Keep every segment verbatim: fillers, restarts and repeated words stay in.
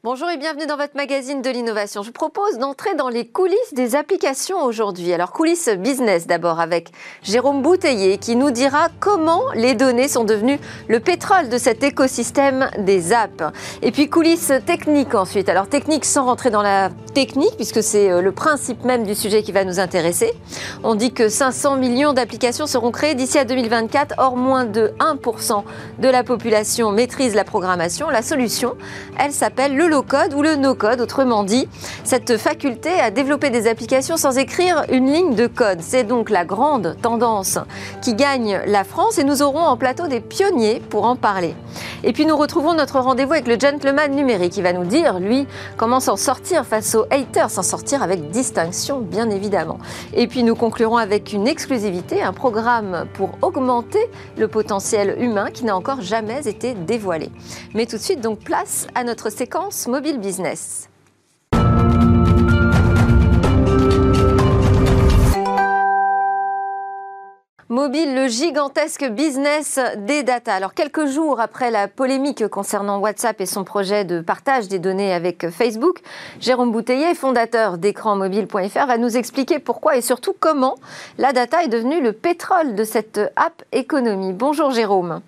Bonjour et bienvenue dans votre magazine de l'innovation. Je vous propose d'entrer dans les coulisses des applications aujourd'hui. Alors, coulisses business d'abord avec Jérôme Bouteiller qui nous dira comment les données sont devenues le pétrole de cet écosystème des apps. Et puis, coulisses techniques ensuite. Alors, technique sans rentrer dans la technique puisque c'est le principe même du sujet qui va nous intéresser. On dit que cinq cents millions d'applications seront créées d'ici à deux mille vingt-quatre. Or, moins de un pour cent de la population maîtrise la programmation. La solution, elle s'appelle le low-code ou le no-code, autrement dit, cette faculté à développer des applications sans écrire une ligne de code. C'est donc la grande tendance qui gagne la France et nous aurons en plateau des pionniers pour en parler. Et puis nous retrouvons notre rendez-vous avec le gentleman numérique qui va nous dire, lui, comment s'en sortir face aux haters, s'en sortir avec distinction, bien évidemment. Et puis nous conclurons avec une exclusivité, un programme pour augmenter le potentiel humain qui n'a encore jamais été dévoilé. Mais tout de suite, donc place à notre séquence Mobile Business. Mobile, le gigantesque business des data. Alors, quelques jours après la polémique concernant WhatsApp et son projet de partage des données avec Facebook, Jérôme Bouteiller, fondateur d'écran mobile point F R, va nous expliquer pourquoi et surtout comment la data est devenue le pétrole de cette app économie. Bonjour Jérôme.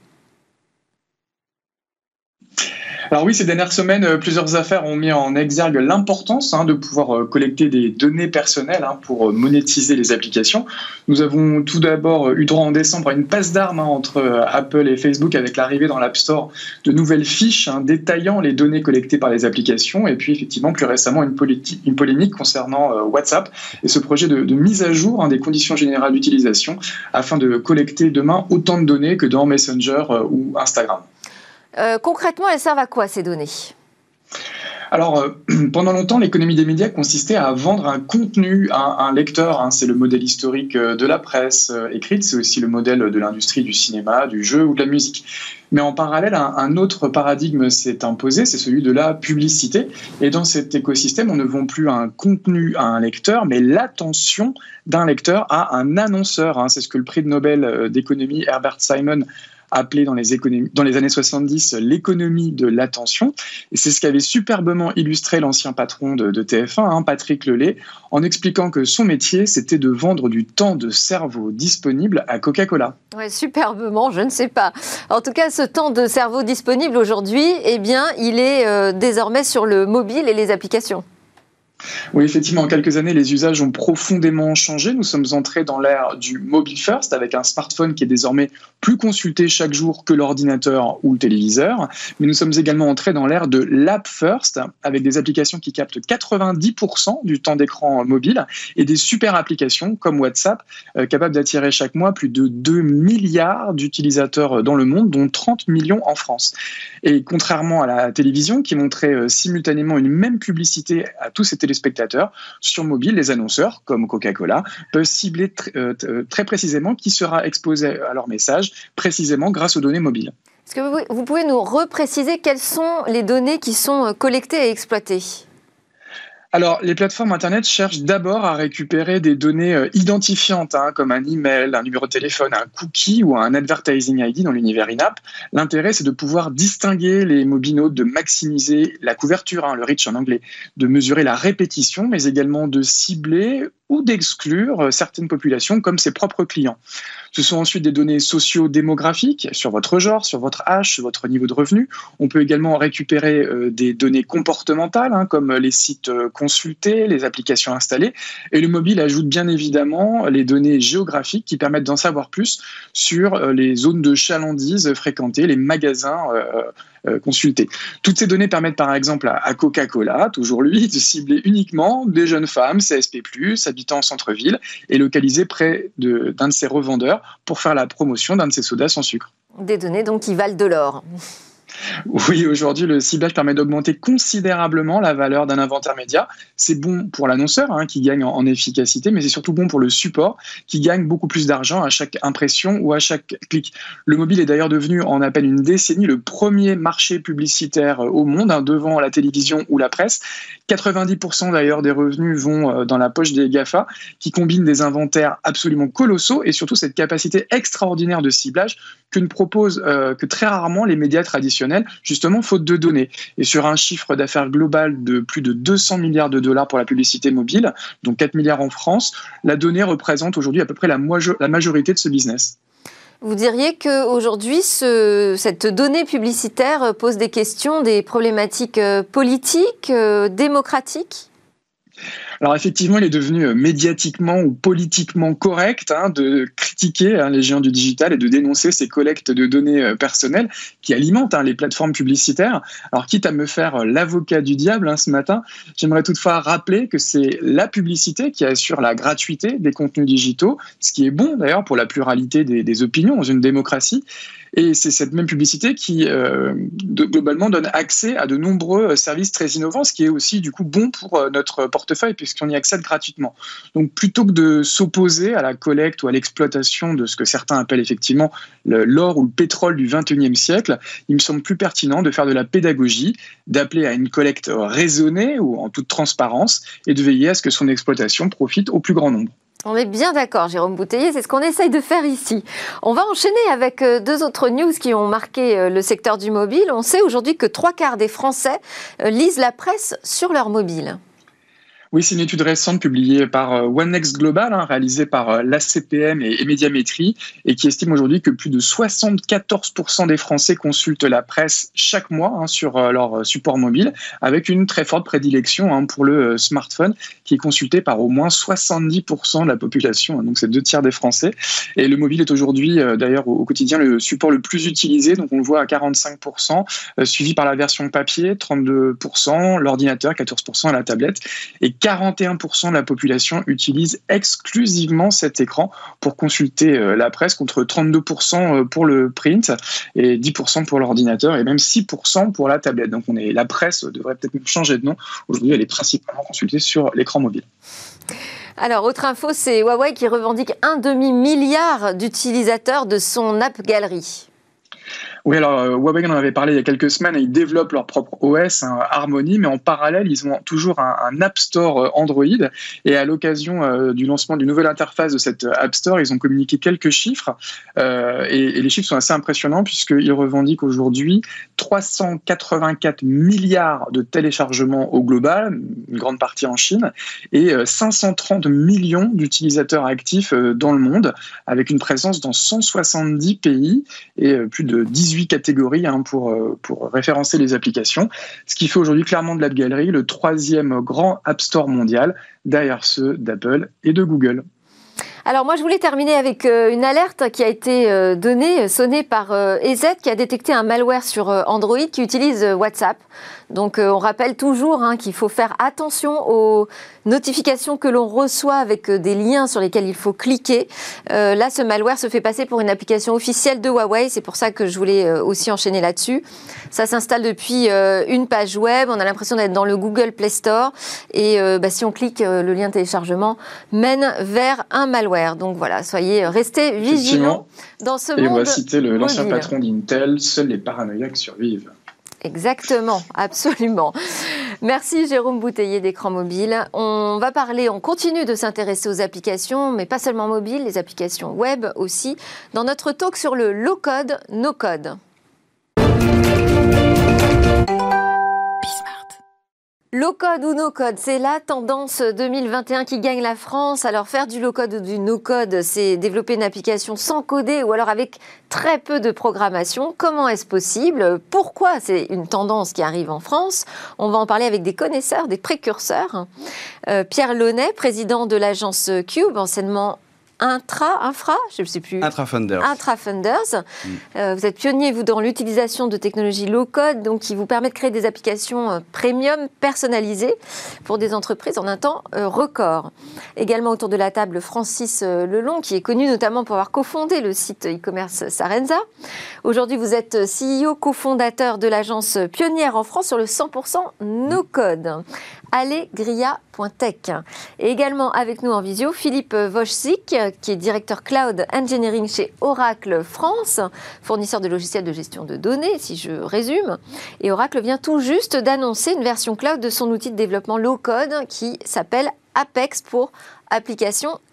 Alors oui, ces dernières semaines, plusieurs affaires ont mis en exergue l'importance hein, de pouvoir collecter des données personnelles hein, pour monétiser les applications. Nous avons tout d'abord eu droit en décembre à une passe d'armes hein, entre Apple et Facebook avec l'arrivée dans l'App Store de nouvelles fiches hein, détaillant les données collectées par les applications. Et puis effectivement, plus récemment, une, politi- une polémique concernant euh, WhatsApp et ce projet de, de mise à jour hein, des conditions générales d'utilisation afin de collecter demain autant de données que dans Messenger euh, ou Instagram. Euh, concrètement, elles servent à quoi ces données ? Alors, euh, pendant longtemps, l'économie des médias consistait à vendre un contenu à un lecteur. Hein, c'est le modèle historique de la presse euh, écrite, c'est aussi le modèle de l'industrie du cinéma, du jeu ou de la musique. Mais en parallèle, un, un autre paradigme s'est imposé, c'est celui de la publicité. Et dans cet écosystème, on ne vend plus un contenu à un lecteur, mais l'attention d'un lecteur à un annonceur. Hein. C'est ce que le prix de Nobel d'économie Herbert Simon appelé dans les, économies, dans les années soixante-dix l'économie de l'attention. Et c'est ce qu'avait superbement illustré l'ancien patron de, de T F un, hein, Patrick Lelay, en expliquant que son métier, c'était de vendre du temps de cerveau disponible à Coca-Cola. Ouais, superbement, je ne sais pas. En tout cas, ce temps de cerveau disponible aujourd'hui, eh bien, il est euh, désormais sur le mobile et les applications. Oui, effectivement, en quelques années, les usages ont profondément changé. Nous sommes entrés dans l'ère du mobile first, avec un smartphone qui est désormais plus consulté chaque jour que l'ordinateur ou le téléviseur. Mais nous sommes également entrés dans l'ère de l'app first, avec des applications qui captent quatre-vingt-dix pour cent du temps d'écran mobile et des super applications comme WhatsApp, euh, capables d'attirer chaque mois plus de deux milliards d'utilisateurs dans le monde, dont trente millions en France. Et contrairement à la télévision, qui montrait euh, simultanément une même publicité à tous ces téléspectateurs, spectateurs, sur mobile, les annonceurs, comme Coca-Cola, peuvent cibler tr- euh, très précisément qui sera exposé à leur message, précisément grâce aux données mobiles. Est-ce que vous, vous pouvez nous repréciser quelles sont les données qui sont collectées et exploitées ? Alors, les plateformes Internet cherchent d'abord à récupérer des données euh, identifiantes, hein, comme un email, un numéro de téléphone, un cookie ou un advertising I D dans l'univers in-app. L'intérêt, c'est de pouvoir distinguer les mobinautes, de maximiser la couverture, hein, le reach en anglais, de mesurer la répétition, mais également de cibler ou d'exclure certaines populations comme ses propres clients. Ce sont ensuite des données socio-démographiques sur votre genre, sur votre âge, sur votre niveau de revenu. On peut également récupérer euh, des données comportementales, hein, comme les sites euh, consultés, les applications installées. Et le mobile ajoute bien évidemment les données géographiques qui permettent d'en savoir plus sur euh, les zones de chalandise fréquentées, les magasins euh, euh, consultés. Toutes ces données permettent par exemple à, à Coca-Cola, toujours lui, de cibler uniquement des jeunes femmes C S P plus, habitant en centre-ville et localisées près de, d'un de ses revendeurs pour faire la promotion d'un de ses sodas sans sucre. Des données donc qui valent de l'or. Oui, aujourd'hui, le ciblage permet d'augmenter considérablement la valeur d'un inventaire média. C'est bon pour l'annonceur hein, qui gagne en, en efficacité, mais c'est surtout bon pour le support qui gagne beaucoup plus d'argent à chaque impression ou à chaque clic. Le mobile est d'ailleurs devenu en à peine une décennie le premier marché publicitaire au monde, hein, devant la télévision ou la presse. quatre-vingt-dix pour cent d'ailleurs des revenus vont dans la poche des GAFA qui combinent des inventaires absolument colossaux et surtout cette capacité extraordinaire de ciblage que ne proposent euh, que très rarement les médias traditionnels opérationnel, justement faute de données. Et sur un chiffre d'affaires global de plus de deux cents milliards de dollars pour la publicité mobile, donc quatre milliards en France, la donnée représente aujourd'hui à peu près la, la majorité de ce business. Vous diriez qu'aujourd'hui, ce, cette donnée publicitaire pose des questions, des problématiques politiques, euh, démocratiques ? Alors effectivement, il est devenu médiatiquement ou politiquement correct hein, de critiquer hein, les géants du digital et de dénoncer ces collectes de données personnelles qui alimentent hein, les plateformes publicitaires. Alors quitte à me faire l'avocat du diable hein, ce matin, j'aimerais toutefois rappeler que c'est la publicité qui assure la gratuité des contenus digitaux, ce qui est bon d'ailleurs pour la pluralité des, des opinions dans une démocratie. Et c'est cette même publicité qui, euh, de, globalement, donne accès à de nombreux services très innovants, ce qui est aussi, du coup, bon pour euh, notre portefeuille, puisqu'on y accède gratuitement. Donc, plutôt que de s'opposer à la collecte ou à l'exploitation de ce que certains appellent effectivement le, l'or ou le pétrole du vingt et unième siècle, il me semble plus pertinent de faire de la pédagogie, d'appeler à une collecte raisonnée ou en toute transparence, et de veiller à ce que son exploitation profite au plus grand nombre. On est bien d'accord, Jérôme Bouteiller, c'est ce qu'on essaye de faire ici. On va enchaîner avec deux autres news qui ont marqué le secteur du mobile. On sait aujourd'hui que trois quarts des Français lisent la presse sur leur mobile. Oui, c'est une étude récente publiée par OneNext Global, hein, réalisée par l'A C P M et, et Médiamétrie, et qui estime aujourd'hui que plus de soixante-quatorze pour cent des Français consultent la presse chaque mois hein, sur euh, leur support mobile, avec une très forte prédilection hein, pour le euh, smartphone, qui est consulté par au moins soixante-dix pour cent de la population, hein, donc c'est deux tiers des Français. Et le mobile est aujourd'hui, euh, d'ailleurs, au, au quotidien, le support le plus utilisé, donc on le voit à quarante-cinq pour cent, euh, suivi par la version papier, trente-deux pour cent, l'ordinateur, quatorze pour cent et la tablette. Et quarante et un pour cent de la population utilise exclusivement cet écran pour consulter la presse, contre trente-deux pour cent pour le print et dix pour cent pour l'ordinateur et même six pour cent pour la tablette. Donc on est, la presse devrait peut-être même changer de nom. Aujourd'hui, elle est principalement consultée sur l'écran mobile. Alors, autre info, c'est Huawei qui revendique un demi-milliard d'utilisateurs de son App Gallery. Oui, alors euh, Huawei, on en avait parlé il y a quelques semaines, ils développent leur propre O S, hein, Harmony, mais en parallèle, ils ont toujours un, un App Store Android. Et à l'occasion euh, du lancement d'une nouvelle interface de cette App Store, ils ont communiqué quelques chiffres. Euh, et, et les chiffres sont assez impressionnants puisqu'ils revendiquent aujourd'hui trois cent quatre-vingt-quatre milliards de téléchargements au global, une grande partie en Chine, et euh, cinq cent trente millions d'utilisateurs actifs euh, dans le monde, avec une présence dans cent soixante-dix pays et euh, plus de dix-huit catégories hein, pour, pour référencer les applications, ce qui fait aujourd'hui clairement de l'App Gallery le troisième grand App Store mondial, derrière ceux d'Apple et de Google. Alors moi, je voulais terminer avec une alerte qui a été donnée, sonnée par E Z, qui a détecté un malware sur Android qui utilise WhatsApp. Donc on rappelle toujours hein, qu'il faut faire attention aux notifications que l'on reçoit avec des liens sur lesquels il faut cliquer. Euh, là, ce malware se fait passer pour une application officielle de Huawei. C'est pour ça que je voulais aussi enchaîner là-dessus. Ça s'installe depuis euh, une page web. On a l'impression d'être dans le Google Play Store. Et euh, bah, si on clique, euh, le lien de téléchargement mène vers un malware. Donc voilà, soyez, restez vigilants dans ce monde. Et on va citer le, l'ancien mobile. patron d'Intel, seuls les paranoïaques survivent. Exactement, absolument. Merci Jérôme Bouteiller d'Écran Mobile. On va parler, on continue de s'intéresser aux applications, mais pas seulement mobiles, les applications web aussi, dans notre talk sur le low-code, no-code. Low-code ou no-code, c'est la tendance deux mille vingt et un qui gagne la France. Alors faire du low-code ou du no-code, c'est développer une application sans coder ou alors avec très peu de programmation. Comment est-ce possible ? Pourquoi c'est une tendance qui arrive en France ? On va en parler avec des connaisseurs, des précurseurs. Euh, Pierre Launay, président de l'agence Cube, anciennement Intra, Infra, je ne sais plus. Intrafunders. Intrafunders. Mm. Euh, vous êtes pionnier, vous, dans l'utilisation de technologies low-code, donc qui vous permet de créer des applications euh, premium personnalisées pour des entreprises en un temps euh, record. Également autour de la table, Francis euh, Lelong, qui est connu notamment pour avoir cofondé le site e-commerce Sarenza. Aujourd'hui, vous êtes C E O, cofondateur de l'agence pionnière en France sur le cent pour cent no-code. Mm. Allegria point tech. Et également avec nous en visio, Philippe Wojcik, qui est directeur Cloud Engineering chez Oracle France, fournisseur de logiciels de gestion de données, si je résume. Et Oracle vient tout juste d'annoncer une version cloud de son outil de développement low-code qui s'appelle Apex pour application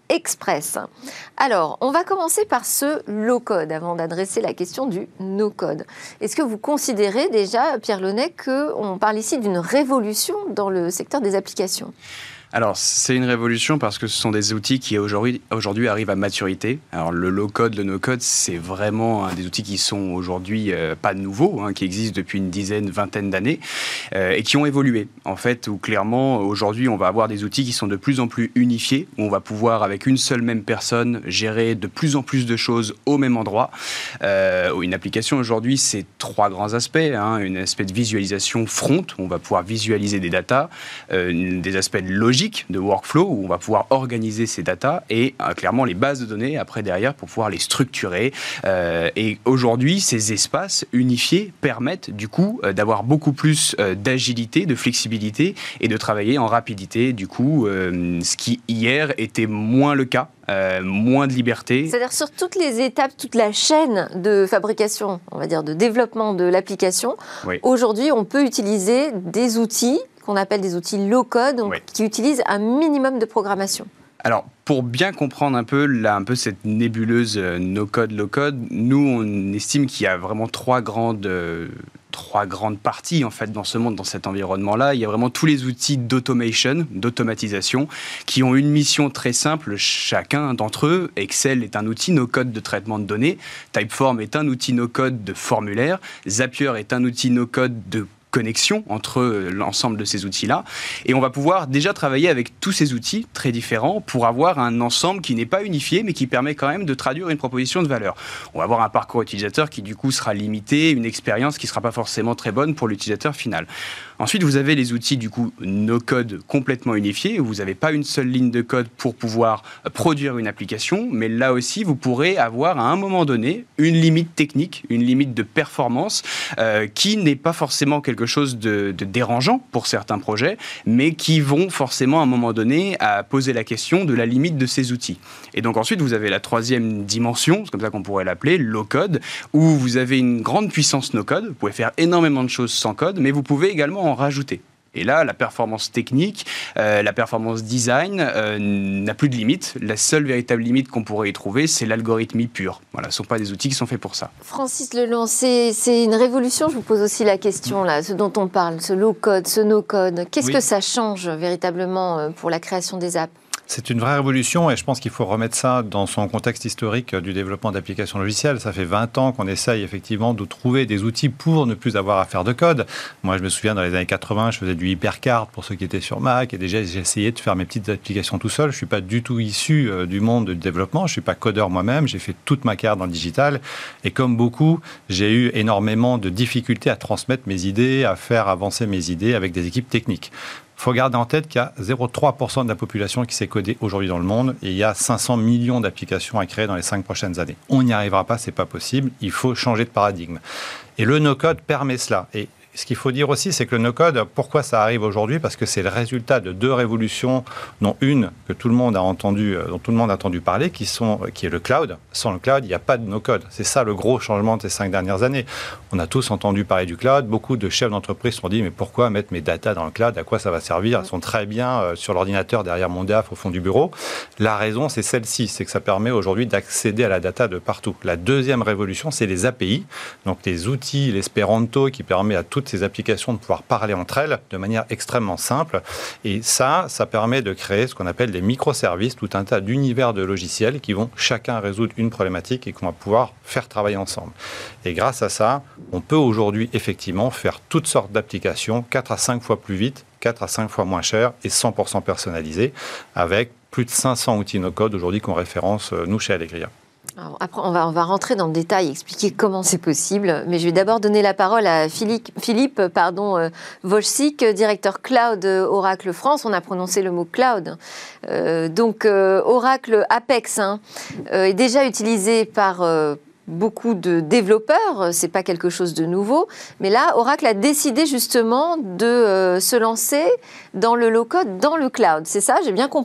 express. Alors, on va commencer par ce low-code avant d'adresser la question du no-code. Est-ce que vous considérez déjà, Pierre Launay, qu'on parle ici d'une révolution dans le secteur des applications ? Alors, c'est une révolution parce que ce sont des outils qui aujourd'hui, aujourd'hui arrivent à maturité. Alors, le low-code, le no-code, c'est vraiment hein, des outils qui sont aujourd'hui euh, pas nouveaux, hein, qui existent depuis une dizaine, vingtaine d'années euh, et qui ont évolué. En fait, où clairement, aujourd'hui, on va avoir des outils qui sont de plus en plus unifiés, où on va pouvoir, avec une seule même personne, gérer de plus en plus de choses au même endroit. Euh, une application, aujourd'hui, c'est trois grands aspects. Hein, un aspect de visualisation front, où on va pouvoir visualiser des datas, euh, des aspects de logique, de workflow où on va pouvoir organiser ces datas et euh, clairement les bases de données après derrière pour pouvoir les structurer. Euh, et aujourd'hui, ces espaces unifiés permettent du coup euh, d'avoir beaucoup plus euh, d'agilité, de flexibilité et de travailler en rapidité. Du coup, euh, ce qui hier était moins le cas. Euh, moins de liberté. C'est-à-dire sur toutes les étapes, toute la chaîne de fabrication, on va dire de développement de l'application, oui. Aujourd'hui on peut utiliser des outils qu'on appelle des outils low-code, donc, oui. qui utilisent un minimum de programmation. Alors, pour bien comprendre un peu, là, un peu cette nébuleuse euh, no-code, low-code, nous, on estime qu'il y a vraiment trois grandes, euh, trois grandes parties, en fait, dans ce monde, dans cet environnement-là. Il y a vraiment tous les outils d'automation, d'automatisation, qui ont une mission très simple, chacun d'entre eux. Excel est un outil no-code de traitement de données. Typeform est un outil no-code de formulaire. Zapier est un outil no-code de connexion entre l'ensemble de ces outils-là. Et on va pouvoir déjà travailler avec tous ces outils très différents pour avoir un ensemble qui n'est pas unifié, mais qui permet quand même de traduire une proposition de valeur. On va avoir un parcours utilisateur qui, du coup, sera limité, une expérience qui ne sera pas forcément très bonne pour l'utilisateur final. Ensuite, vous avez les outils, du coup, no-code complètement unifiés, où vous n'avez pas une seule ligne de code pour pouvoir produire une application, mais là aussi, vous pourrez avoir, à un moment donné, une limite technique, une limite de performance, euh, qui n'est pas forcément quelque chose de, de dérangeant pour certains projets, mais qui vont forcément, à un moment donné, à poser la question de la limite de ces outils. Et donc, ensuite, vous avez la troisième dimension, c'est comme ça qu'on pourrait l'appeler, low-code, où vous avez une grande puissance no-code, vous pouvez faire énormément de choses sans code, mais vous pouvez également en rajouter. Et là, la performance technique, euh, la performance design euh, n'a plus de limite. La seule véritable limite qu'on pourrait y trouver, c'est l'algorithmie pure. Voilà, ce ne sont pas des outils qui sont faits pour ça. Francis Lelon, c'est, c'est une révolution. Je vous pose aussi la question, là, ce dont on parle, ce low-code, ce no-code. Qu'est-ce oui. que ça change véritablement pour la création des apps ? C'est une vraie révolution et je pense qu'il faut remettre ça dans son contexte historique du développement d'applications logicielles. Ça fait vingt ans qu'on essaye effectivement de trouver des outils pour ne plus avoir à faire de code. Moi, je me souviens, dans les années quatre-vingts, je faisais du HyperCard pour ceux qui étaient sur Mac et déjà, j'ai essayé de faire mes petites applications tout seul. Je ne suis pas du tout issu du monde du développement. Je ne suis pas codeur moi-même. J'ai fait toute ma carrière dans le digital et comme beaucoup, j'ai eu énormément de difficultés à transmettre mes idées, à faire avancer mes idées avec des équipes techniques. Il faut garder en tête qu'il y a zéro virgule trois pour cent de la population qui sait coder aujourd'hui dans le monde et il y a cinq cents millions d'applications à créer dans les cinq prochaines années. On n'y arrivera pas, c'est pas possible. Il faut changer de paradigme. Et le no-code permet cela. Et ce qu'il faut dire aussi, c'est que le no-code, pourquoi ça arrive aujourd'hui ? Parce que c'est le résultat de deux révolutions, dont une que tout le monde a entendu, dont tout le monde a entendu parler, qui, sont, qui est le cloud. Sans le cloud, il n'y a pas de no-code. C'est ça le gros changement de ces cinq dernières années. On a tous entendu parler du cloud. Beaucoup de chefs d'entreprise se sont dit, mais pourquoi mettre mes datas dans le cloud ? À quoi ça va servir ? Elles sont très bien sur l'ordinateur derrière mon D A F au fond du bureau. La raison, c'est celle-ci, c'est que ça permet aujourd'hui d'accéder à la data de partout. La deuxième révolution, c'est les A P I, donc les outils, l'espéranto qui permet à toutes ces applications de pouvoir parler entre elles de manière extrêmement simple. Et ça, ça permet de créer ce qu'on appelle des microservices, tout un tas d'univers de logiciels qui vont chacun résoudre une problématique et qu'on va pouvoir faire travailler ensemble. Et grâce à ça, on peut aujourd'hui effectivement faire toutes sortes d'applications quatre à cinq fois plus vite, quatre à cinq fois moins cher et cent pour cent personnalisées avec plus de cinq cents outils no-code aujourd'hui qu'on référence nous chez Allegria. Alors après, on va, on va rentrer dans le détail, expliquer comment c'est possible, mais je vais d'abord donner la parole à Philippe, Philippe pardon, euh, Wojcik, directeur cloud Oracle France. On a prononcé le mot cloud. Euh, donc euh, Oracle Apex hein, euh, est déjà utilisé par euh, beaucoup de développeurs, c'est pas quelque chose de nouveau, mais là Oracle a décidé justement de euh, se lancer dans le low-code, dans le cloud. C'est ça, j'ai bien compris ?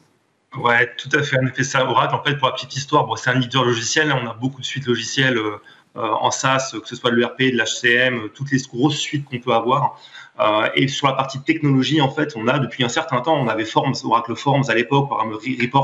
Ouais, tout à fait. En effet, ça, Oracle, en fait, pour la petite histoire, bon, c'est un éditeur logiciel. On a beaucoup de suites logicielles euh, en SaaS, que ce soit de l'E R P, de l'H C M, toutes les grosses suites qu'on peut avoir. Euh, et sur la partie technologie, en fait, on a depuis un certain temps, on avait Forms, Oracle Forms à l'époque, Oracle Report,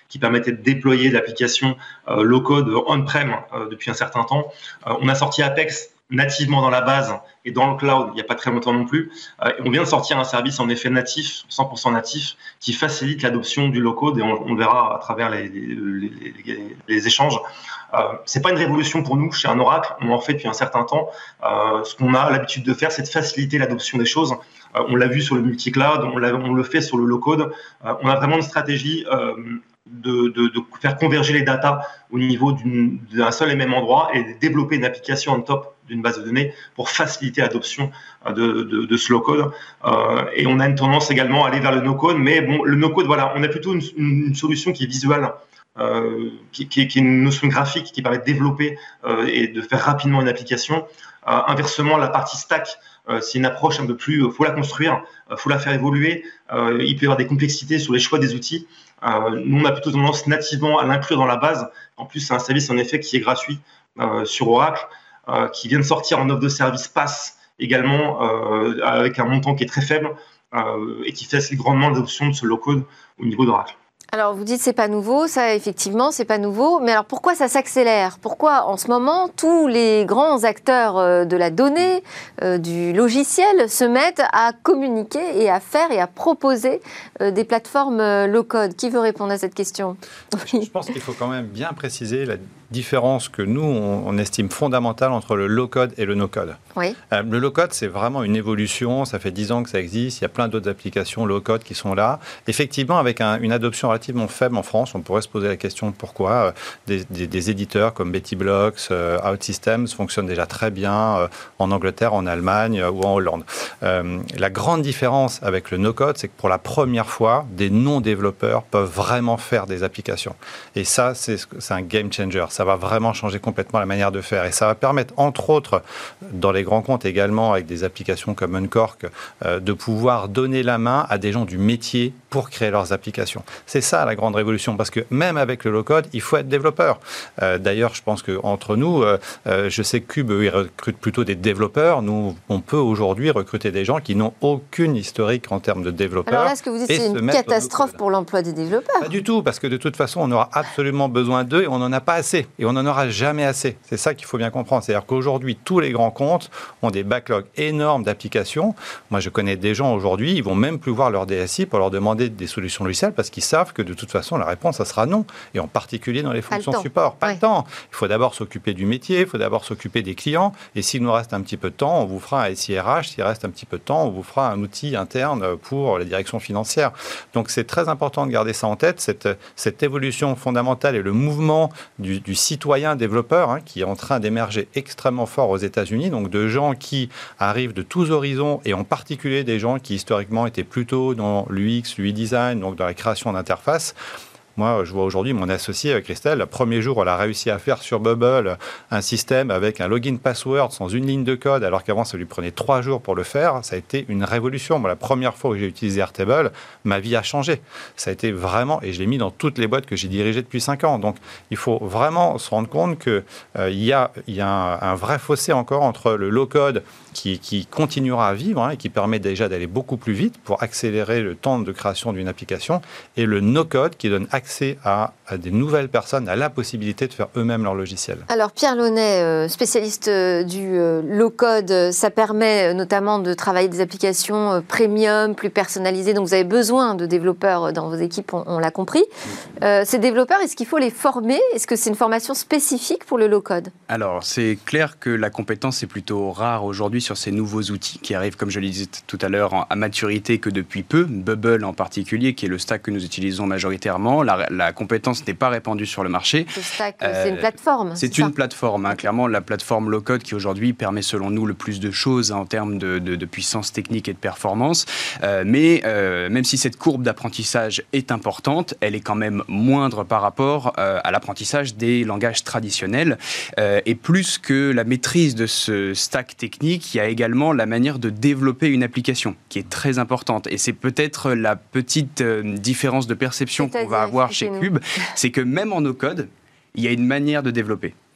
qui permettait de déployer l'application euh, low-code on-prem euh, depuis un certain temps. Euh, on a sorti Apex nativement dans la base et dans le cloud il n'y a pas très longtemps non plus. Euh, et on vient de sortir un service en effet natif, cent pour cent natif, qui facilite l'adoption du low-code et on, on le verra à travers les, les, les, les, les échanges. Euh, c'est pas une révolution pour nous chez un Oracle, on en fait depuis un certain temps. Euh, ce qu'on a l'habitude de faire, c'est de faciliter l'adoption des choses. Euh, on l'a vu sur le multi-cloud, on, l'a, on le fait sur le low-code. Euh, on a vraiment une stratégie euh, De, de, de faire converger les datas au niveau d'une, d'un seul et même endroit et de développer une application on top d'une base de données pour faciliter l'adoption de, de, de ce low-code. Euh, et on a une tendance également à aller vers le no-code, mais bon, le no-code, voilà, on a plutôt une, une solution qui est visuelle, euh, qui, qui, qui est une notion graphique qui permet de développer euh, et de faire rapidement une application. Euh, inversement, la partie stack, euh, c'est une approche un peu plus, il faut la construire, il faut la faire évoluer, euh, il peut y avoir des complexités sur les choix des outils. Euh, nous, on a plutôt tendance nativement à l'inclure dans la base. En plus, c'est un service en effet qui est gratuit euh, sur Oracle, euh, qui vient de sortir en offre de service Pass également, euh, avec un montant qui est très faible euh, et qui facilite grandement l'adoption de ce low-code au niveau d'Oracle. Alors, vous dites c'est pas nouveau, ça effectivement c'est pas nouveau, mais alors pourquoi ça s'accélère ? Pourquoi en ce moment tous les grands acteurs de la donnée, euh, du logiciel se mettent à communiquer et à faire et à proposer euh, des plateformes euh, low-code ? Qui veut répondre à cette question ? Je pense qu'il faut quand même bien préciser la différence que nous, on, on estime fondamentale entre le low-code et le no-code. Oui. Euh, le low-code, c'est vraiment une évolution. Ça fait dix ans que ça existe. Il y a plein d'autres applications low-code qui sont là. Effectivement, avec un, une adoption relativement faible en France, on pourrait se poser la question pourquoi euh, des, des, des éditeurs comme Betty Blocks, euh, OutSystems fonctionnent déjà très bien euh, en Angleterre, en Allemagne euh, ou en Hollande. Euh, la grande différence avec le no-code, c'est que pour la première fois, des non-développeurs peuvent vraiment faire des applications. Et ça, c'est, c'est un game changer. Ça va vraiment changer complètement la manière de faire. Et ça va permettre, entre autres, dans les grands comptes également, avec des applications comme Uncork, euh, de pouvoir donner la main à des gens du métier pour créer leurs applications. C'est ça la grande révolution, parce que même avec le low-code, il faut être développeur. Euh, d'ailleurs, je pense qu'entre nous, euh, euh, je sais que Cube, eux, ils recrutent plutôt des développeurs. Nous, on peut aujourd'hui recruter des gens qui n'ont aucune historique en termes de développeurs. Alors là, ce que vous dites, c'est une catastrophe pour l'emploi des développeurs. Pas du tout, parce que de toute façon, on aura absolument besoin d'eux et on n'en a pas assez. Et on n'en aura jamais assez. C'est ça qu'il faut bien comprendre. C'est-à-dire qu'aujourd'hui, tous les grands comptes ont des backlogs énormes d'applications. Moi, je connais des gens aujourd'hui, ils vont même plus voir leur D S I pour leur demander des solutions logicielles parce qu'ils savent que de toute façon, la réponse, ça sera non. Et en particulier dans les fonctions pas support. Pas ouais. le temps. Il faut d'abord s'occuper du métier, il faut d'abord s'occuper des clients. Et s'il nous reste un petit peu de temps, on vous fera un S I R H. S'il reste un petit peu de temps, on vous fera un outil interne pour la direction financière. Donc, c'est très important de garder ça en tête, cette, cette évolution fondamentale et le mouvement du, du citoyen développeur hein, qui est en train d'émerger extrêmement fort aux États-Unis, donc de gens qui arrivent de tous horizons et en particulier des gens qui historiquement étaient plutôt dans l'U X, l'U I design, donc dans la création d'interfaces. Moi, je vois aujourd'hui mon associé, Christelle, le premier jour, elle a réussi à faire sur Bubble un système avec un login password sans une ligne de code, alors qu'avant, ça lui prenait trois jours pour le faire. Ça a été une révolution. Moi, la première fois où j'ai utilisé Airtable, ma vie a changé. Ça a été vraiment, et je l'ai mis dans toutes les boîtes que j'ai dirigées depuis cinq ans. Donc, il faut vraiment se rendre compte qu'il euh, y a, y a un, un vrai fossé encore entre le low-code qui, qui continuera à vivre hein, et qui permet déjà d'aller beaucoup plus vite pour accélérer le temps de création d'une application, et le no-code qui donne accès accès à, à des nouvelles personnes, à la possibilité de faire eux-mêmes leur logiciel. Alors Pierre Launay, spécialiste du low-code, ça permet notamment de travailler des applications premium, plus personnalisées, donc vous avez besoin de développeurs dans vos équipes, on, on l'a compris. Euh, ces développeurs, est-ce qu'il faut les former ? Est-ce que c'est une formation spécifique pour le low-code ? Alors, c'est clair que la compétence est plutôt rare aujourd'hui sur ces nouveaux outils qui arrivent, comme je le disais tout à l'heure, à maturité que depuis peu. Bubble en particulier, qui est le stack que nous utilisons majoritairement. La La, la compétence n'est pas répandue sur le marché. Le stack, euh, c'est une plateforme. C'est, c'est une ça. plateforme, hein, clairement, la plateforme low-code qui aujourd'hui permet selon nous le plus de choses hein, en termes de, de, de puissance technique et de performance. Euh, mais euh, même si cette courbe d'apprentissage est importante, elle est quand même moindre par rapport euh, à l'apprentissage des langages traditionnels. Euh, et plus que la maîtrise de ce stack technique, il y a également la manière de développer une application qui est très importante. Et c'est peut-être la petite euh, différence de perception qu'on va avoir chez Cube, c'est que même en no-code, il y a une manière de développer.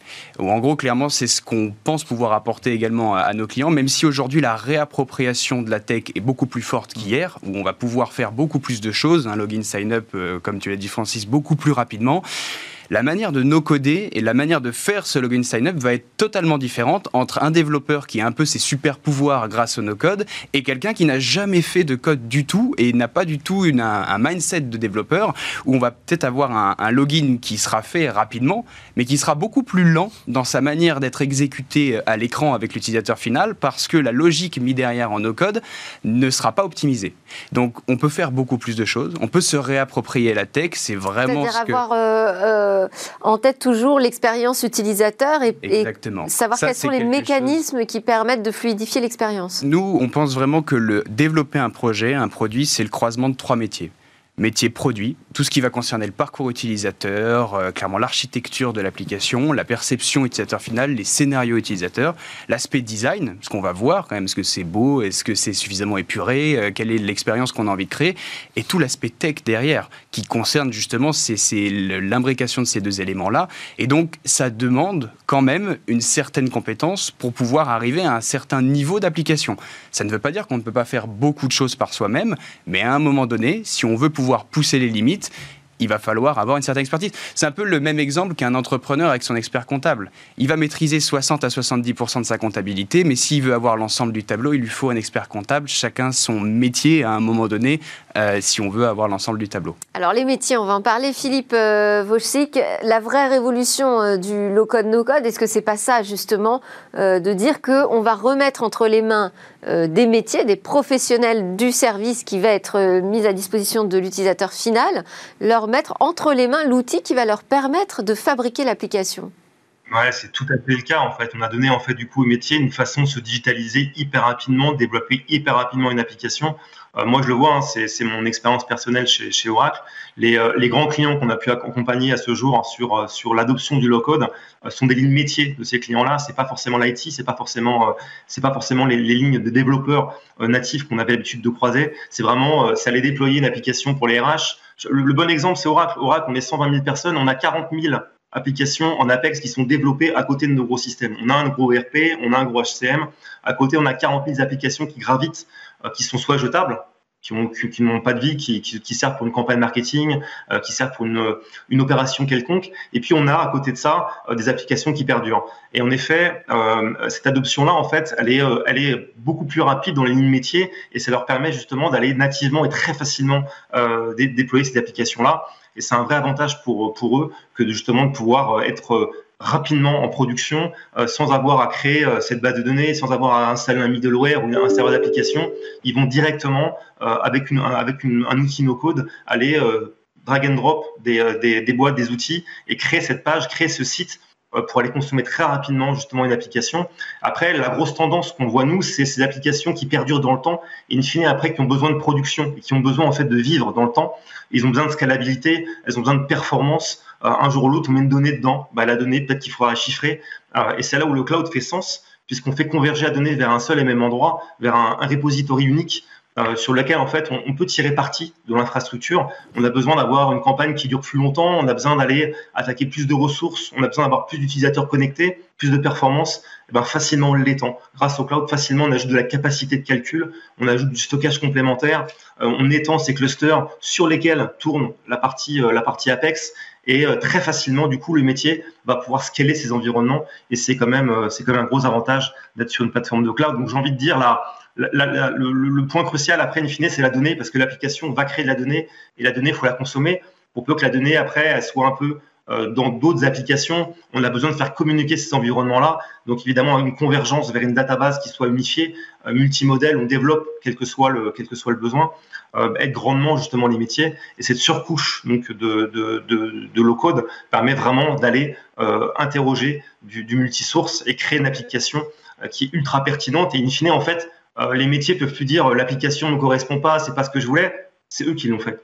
Ou en gros, clairement, c'est ce qu'on pense pouvoir apporter également à, à nos clients, même si aujourd'hui la réappropriation de la tech est beaucoup plus forte qu'hier, où on va pouvoir faire beaucoup plus de choses, un login sign-up, euh, comme tu l'as dit Francis, beaucoup plus rapidement. La manière de no-coder et la manière de faire ce login sign-up va être totalement différente entre un développeur qui a un peu ses super pouvoirs grâce au no-code et quelqu'un qui n'a jamais fait de code du tout et n'a pas du tout une, un, un mindset de développeur où on va peut-être avoir un, un login qui sera fait rapidement mais qui sera beaucoup plus lent dans sa manière d'être exécuté à l'écran avec l'utilisateur final parce que la logique mise derrière en no-code ne sera pas optimisée. Donc on peut faire beaucoup plus de choses, on peut se réapproprier la tech, c'est vraiment C'est-à-dire ce que... avoir euh, euh, en tête toujours l'expérience utilisateur et, et savoir Ça, quels sont les mécanismes chose... qui permettent de fluidifier l'expérience. Nous, on pense vraiment que le développer un projet, un produit, c'est le croisement de trois métiers. Métier produit, tout ce qui va concerner le parcours utilisateur, euh, clairement l'architecture de l'application, la perception utilisateur final, les scénarios utilisateurs, l'aspect design, ce qu'on va voir quand même, est-ce que c'est beau, est-ce que c'est suffisamment épuré, euh, quelle est l'expérience qu'on a envie de créer, et tout l'aspect tech derrière, qui concerne justement c'est, c'est l'imbrication de ces deux éléments-là, et donc ça demande quand même une certaine compétence pour pouvoir arriver à un certain niveau d'application. Ça ne veut pas dire qu'on ne peut pas faire beaucoup de choses par soi-même, mais à un moment donné, si on veut pouvoir pousser les limites, il va falloir avoir une certaine expertise. C'est un peu le même exemple qu'un entrepreneur avec son expert comptable. Il va maîtriser soixante à soixante-dix pour cent de sa comptabilité, mais s'il veut avoir l'ensemble du tableau, il lui faut un expert comptable, chacun son métier à un moment donné, euh, si on veut avoir l'ensemble du tableau. Alors les métiers, on va en parler. Philippe euh, Wojcik, la vraie révolution euh, du low-code, no-code, est-ce que c'est pas ça justement, euh, de dire qu'on va remettre entre les mains euh, des métiers, des professionnels du service qui va être euh, mis à disposition de l'utilisateur final, leur mettre entre les mains l'outil qui va leur permettre de fabriquer l'application? Ouais, c'est tout à fait le cas en fait. On a donné en fait du coup au métier une façon de se digitaliser hyper rapidement, de développer hyper rapidement une application. Euh, moi je le vois, hein, c'est, c'est mon expérience personnelle chez, chez Oracle. Les, euh, les grands clients qu'on a pu accompagner à ce jour hein, sur euh, sur l'adoption du low-code euh, sont des lignes métiers de ces clients-là. C'est pas forcément l'I T, c'est pas forcément euh, c'est pas forcément les, les lignes de développeurs euh, natifs qu'on avait l'habitude de croiser. C'est vraiment euh, c'est aller déployer une application pour les R H. Le, le bon exemple c'est Oracle. Oracle, on est cent vingt mille personnes, on a quarante mille applications en Apex qui sont développées à côté de nos gros systèmes. On a un gros E R P, on a un gros H C M. À côté, on a quarante mille applications qui gravitent, euh, qui sont soit jetables, qui, ont, qui, qui n'ont pas de vie, qui, qui, qui servent pour une campagne marketing, euh, qui servent pour une, une opération quelconque. Et puis, on a à côté de ça euh, des applications qui perdurent. Et en effet, euh, cette adoption-là, en fait, elle est, euh, elle est beaucoup plus rapide dans les lignes métiers et ça leur permet justement d'aller nativement et très facilement euh, dé- déployer ces applications-là. Et c'est un vrai avantage pour, pour eux que de justement de pouvoir être rapidement en production euh, sans avoir à créer euh, cette base de données, sans avoir à installer un middleware ou un serveur d'application. Ils vont directement, euh, avec, une, avec une, un outil no-code, aller euh, drag and drop des, des, des boîtes, des outils et créer cette page, créer ce site euh, pour aller consommer très rapidement justement une application. Après, la grosse tendance qu'on voit nous, c'est ces applications qui perdurent dans le temps et in fine après qui ont besoin de production et qui ont besoin en fait de vivre dans le temps. Ils ont besoin de scalabilité, elles ont besoin de performance. Euh, un jour ou l'autre, on met une donnée dedans. Bah, la donnée, peut-être qu'il faudra la chiffrer. Euh, et c'est là où le cloud fait sens, puisqu'on fait converger la donnée vers un seul et même endroit, vers un, un repository unique euh, sur lequel, en fait, on, on peut tirer parti de l'infrastructure. On a besoin d'avoir une campagne qui dure plus longtemps. On a besoin d'aller attaquer plus de ressources. On a besoin d'avoir plus d'utilisateurs connectés, plus de performance. Et ben, facilement, on l'étend. Grâce au cloud, facilement, on ajoute de la capacité de calcul. On ajoute du stockage complémentaire. Euh, on étend ces clusters sur lesquels tourne la partie, euh, la partie Apex. Et euh, très facilement, du coup, le métier va pouvoir scaler ses environnements. Et c'est quand même, euh, c'est quand même un gros avantage d'être sur une plateforme de cloud. Donc, j'ai envie de dire, là, la, la, la, le, le point crucial après, in fine, c'est la donnée, parce que l'application va créer de la donnée. Et la donnée, il faut la consommer. Pour peu que la donnée, après, elle soit un peu euh, dans d'autres applications, on a besoin de faire communiquer ces environnements-là. Donc, évidemment, une convergence vers une database qui soit unifiée, euh, multimodèle, on développe quel que soit le, quel que soit le besoin. Euh, aide grandement justement les métiers et cette surcouche donc de, de, de, de low-code permet vraiment d'aller euh, interroger du, du multisource et créer une application euh, qui est ultra pertinente et in fine en fait euh, les métiers peuvent plus dire euh, l'application ne correspond pas, c'est pas ce que je voulais, c'est eux qui l'ont fait.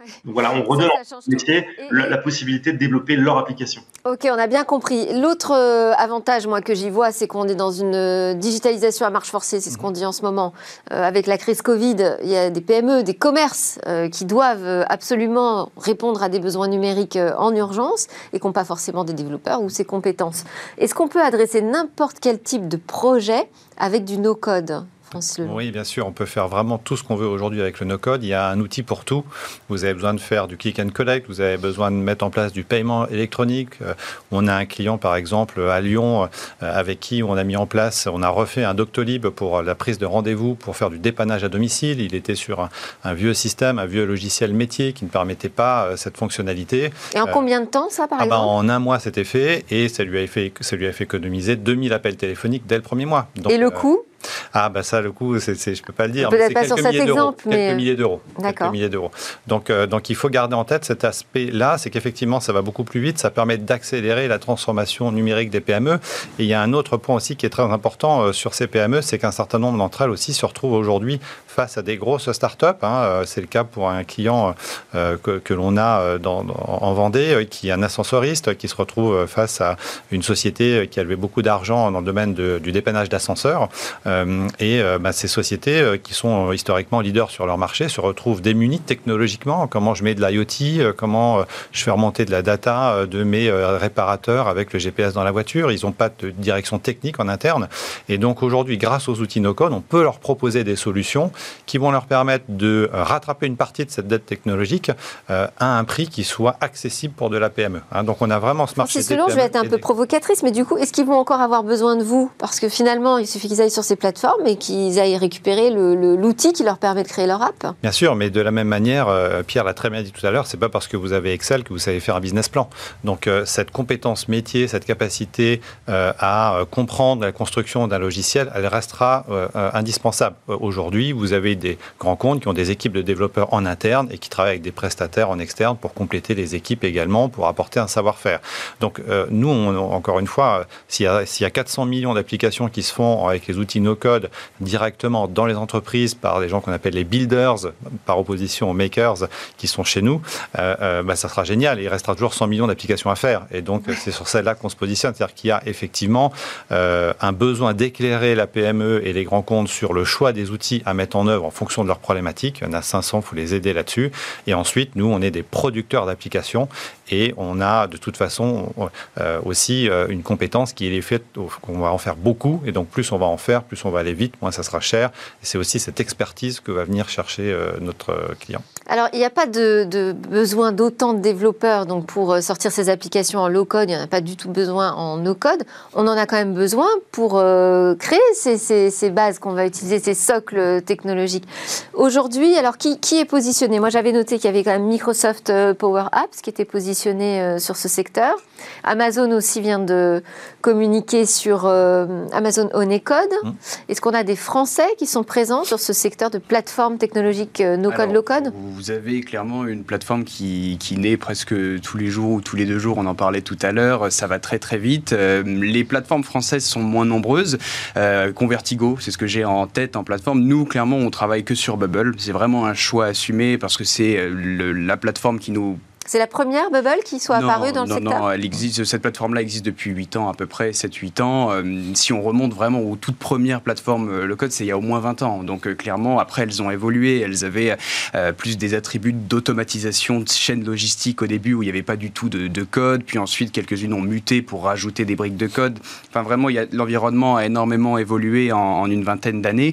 Donc voilà, on redonne au métier la, la possibilité de développer leur application. Ok, on a bien compris. L'autre euh, avantage, moi, que j'y vois, c'est qu'on est dans une euh, digitalisation à marche forcée, c'est ce qu'on dit en ce moment. Euh, avec la crise Covid, il y a des P M E, des commerces euh, qui doivent euh, absolument répondre à des besoins numériques euh, en urgence et qui n'ont pas forcément des développeurs ou ces compétences. Est-ce qu'on peut adresser n'importe quel type de projet avec du no-code ? Oui, bien sûr, on peut faire vraiment tout ce qu'on veut aujourd'hui avec le no-code. Il y a un outil pour tout. Vous avez besoin de faire du click and collect, vous avez besoin de mettre en place du paiement électronique. On a un client, par exemple, à Lyon, avec qui on a mis en place, on a refait un Doctolib pour la prise de rendez-vous, pour faire du dépannage à domicile. Il était sur un, un vieux système, un vieux logiciel métier qui ne permettait pas cette fonctionnalité. Et en euh, combien de temps, ça, par ah exemple ben, En un mois, c'était fait, et ça lui a fait, ça lui a fait économiser deux mille appels téléphoniques dès le premier mois. Donc, et le euh, coût Ah, bah ça, le coût, c'est, c'est, je ne peux pas le dire. Peut-être pas sur cet exemple, mais... Quelques milliers d'euros. D'accord. Quelques milliers d'euros. Donc, euh, donc, il faut garder en tête cet aspect-là, c'est qu'effectivement, ça va beaucoup plus vite, ça permet d'accélérer la transformation numérique des P M E. Et il y a un autre point aussi qui est très important euh, sur ces P M E, c'est qu'un certain nombre d'entre elles aussi se retrouvent aujourd'hui face à des grosses start-up. Hein. C'est le cas pour un client euh, que, que l'on a dans, dans, en Vendée, qui est un ascensoriste, qui se retrouve face à une société qui a levé beaucoup d'argent dans le domaine de, du dépannage d'ascenseurs. Euh, et euh, bah, ces sociétés euh, qui sont euh, historiquement leaders sur leur marché se retrouvent démunies technologiquement. Comment je mets de l'I O T, euh, comment euh, je fais remonter de la data euh, de mes euh, réparateurs avec le G P S dans la voiture. Ils n'ont pas de direction technique en interne. Et donc aujourd'hui, grâce aux outils no-code, on peut leur proposer des solutions qui vont leur permettre de rattraper une partie de cette dette technologique euh, à un prix qui soit accessible pour de la P M E. Hein, donc on a vraiment ce marché. C'est selon, je vais être un peu provocatrice, mais du coup, est-ce qu'ils vont encore avoir besoin de vous ? Parce que finalement, il suffit qu'ils aillent sur ces plateformes et qu'ils aillent récupérer le, le, l'outil qui leur permet de créer leur app. Bien sûr, mais de la même manière, euh, Pierre l'a très bien dit tout à l'heure, c'est pas parce que vous avez Excel que vous savez faire un business plan. Donc euh, cette compétence métier, cette capacité euh, à comprendre la construction d'un logiciel, elle restera euh, euh, indispensable. Euh, aujourd'hui, vous avez des grands comptes qui ont des équipes de développeurs en interne et qui travaillent avec des prestataires en externe pour compléter les équipes également, pour apporter un savoir-faire. Donc euh, nous, on, encore une fois, s'il y a, s'il y a quatre cents millions d'applications qui se font avec les outils no-code directement dans les entreprises par des gens qu'on appelle les builders, par opposition aux makers qui sont chez nous, euh, euh, bah, ça sera génial. Et il restera toujours cent millions d'applications à faire. Et donc, c'est sur celle-là qu'on se positionne. C'est-à-dire qu'il y a effectivement euh, un besoin d'éclairer la P M E et les grands comptes sur le choix des outils à mettre en œuvre en fonction de leurs problématiques. Il y en a cinq cents, il faut les aider là-dessus. Et ensuite, nous, on est des producteurs d'applications et on a de toute façon euh, aussi euh, une compétence qui est faite qu'on va en faire beaucoup. Et donc, plus on va en faire, plus on va aller vite, moins ça sera cher. Et c'est aussi cette expertise que va venir chercher euh, notre client. Alors, il n'y a pas de, de besoin d'autant de développeurs donc pour sortir ces applications en low-code. Il n'y en a pas du tout besoin en no-code. On en a quand même besoin pour euh, créer ces, ces, ces bases qu'on va utiliser, ces socles technologiques. Aujourd'hui, alors qui, qui est positionné ? Moi, j'avais noté qu'il y avait quand même Microsoft Power Apps qui était positionné euh, sur ce secteur. Amazon aussi vient de communiquer sur euh, Amazon Honeycode. Mmh. Est-ce qu'on a des Français qui sont présents sur ce secteur de plateforme technologique euh, no-code, low-code ? Vous avez clairement une plateforme qui, qui naît presque tous les jours ou tous les deux jours, on en parlait tout à l'heure, ça va très très vite. Euh, les plateformes françaises sont moins nombreuses. Euh, Convertigo, c'est ce que j'ai en tête en plateforme. Nous, clairement, on travaille que sur Bubble. C'est vraiment un choix assumé parce que c'est le, la plateforme qui nous... C'est la première Bubble qui soit non, apparue dans le non, secteur ? Non, elle existe, cette plateforme-là existe depuis huit ans à peu près, sept huit ans. Euh, si on remonte vraiment aux toutes premières plateformes euh, low-code, c'est il y a au moins vingt ans. Donc euh, clairement, après, elles ont évolué. Elles avaient euh, plus des attributs d'automatisation de chaînes logistiques au début où il n'y avait pas du tout de, de code. Puis ensuite, quelques-unes ont muté pour rajouter des briques de code. Enfin, vraiment, il y a, l'environnement a énormément évolué en, en une vingtaine d'années.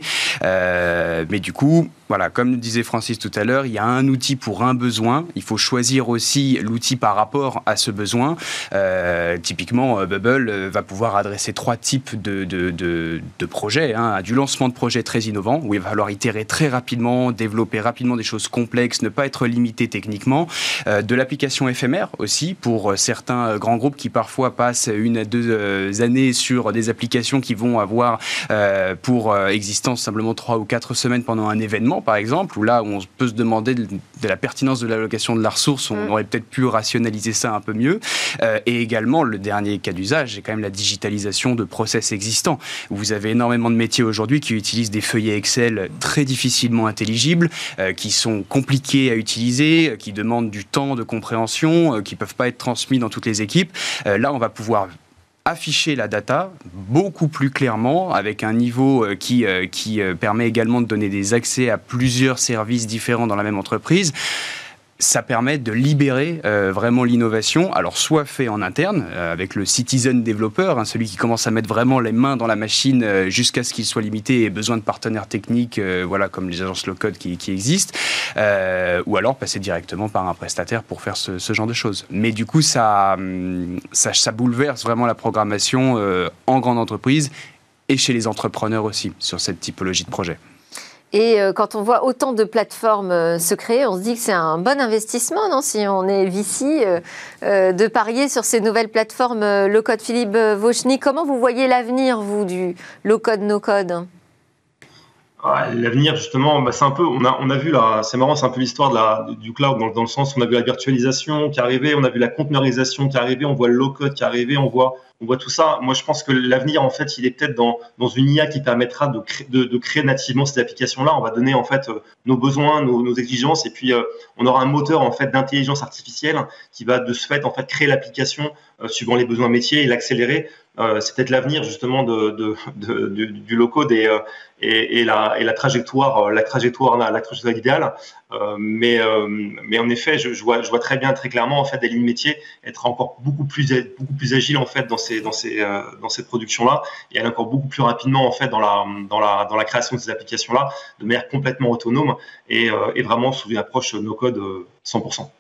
Euh, mais du coup... Voilà, comme disait Francis tout à l'heure, il y a un outil pour un besoin. Il faut choisir aussi l'outil par rapport à ce besoin. Euh, typiquement, Bubble va pouvoir adresser trois types de, de, de, de projets. Hein. Du lancement de projets très innovants, où il va falloir itérer très rapidement, développer rapidement des choses complexes, ne pas être limité techniquement. Euh, de l'application éphémère aussi, pour certains grands groupes qui parfois passent une à deux euh, années sur des applications qui vont avoir euh, pour euh, existence simplement trois ou quatre semaines pendant un événement. financement, par exemple, où là, où on peut se demander de, de la pertinence de l'allocation de la ressource, on mmh. aurait peut-être pu rationaliser ça un peu mieux. Euh, et également, le dernier cas d'usage, c'est quand même la digitalisation de process existants. Vous avez énormément de métiers aujourd'hui qui utilisent des feuillets Excel très difficilement intelligibles, euh, qui sont compliqués à utiliser, qui demandent du temps de compréhension, euh, qui ne peuvent pas être transmis dans toutes les équipes. Euh, là, on va pouvoir afficher la data beaucoup plus clairement, avec un niveau euh, qui, euh, qui euh, permet également de donner des accès à plusieurs services différents dans la même entreprise. Ça permet de libérer euh, vraiment l'innovation, alors soit fait en interne, euh, avec le citizen developer, hein, celui qui commence à mettre vraiment les mains dans la machine euh, jusqu'à ce qu'il soit limité et ait besoin de partenaires techniques, euh, voilà, comme les agences low-code qui, qui existent, euh, ou alors passer directement par un prestataire pour faire ce, ce genre de choses. Mais du coup, ça, ça, ça bouleverse vraiment la programmation euh, en grande entreprise et chez les entrepreneurs aussi, sur cette typologie de projet. Et euh, quand on voit autant de plateformes euh, se créer, on se dit que c'est un bon investissement, non, si on est V C, euh, euh, de parier sur ces nouvelles plateformes euh, low-code. Philippe Vauchny, comment vous voyez l'avenir, vous, du low-code, no-code ? Ah, l'avenir, justement, bah, c'est un peu, on a, on a vu là, c'est marrant, c'est un peu l'histoire de la, du cloud, dans, dans le sens où on a vu la virtualisation qui est arrivée, on a vu la conteneurisation qui est arrivée, on voit le low-code qui est arrivé, on voit, on voit tout ça. Moi, je pense que l'avenir, en fait, il est peut-être dans, dans une I A qui permettra de, cré, de, de créer nativement ces applications-là. On va donner, en fait, euh, nos besoins, nos, nos exigences, et puis euh, on aura un moteur, en fait, d'intelligence artificielle qui va, de ce fait, en fait, créer l'application euh, suivant les besoins métiers et l'accélérer. Euh, c'est peut-être l'avenir, justement, de, de, de, de, du low-code et, euh, et, et, la, et la trajectoire, la trajectoire, la trajectoire idéale. Euh, mais, euh, mais en effet, je, je, vois, je vois très bien, très clairement, en fait, des lignes métiers être encore beaucoup plus, beaucoup plus agiles, en fait, dans ces, dans ces, euh, dans ces productions-là, et aller encore beaucoup plus rapidement, en fait, dans la, dans la, dans la création de ces applications-là, de manière complètement autonome et, euh, et vraiment sous une approche no-code cent pour cent.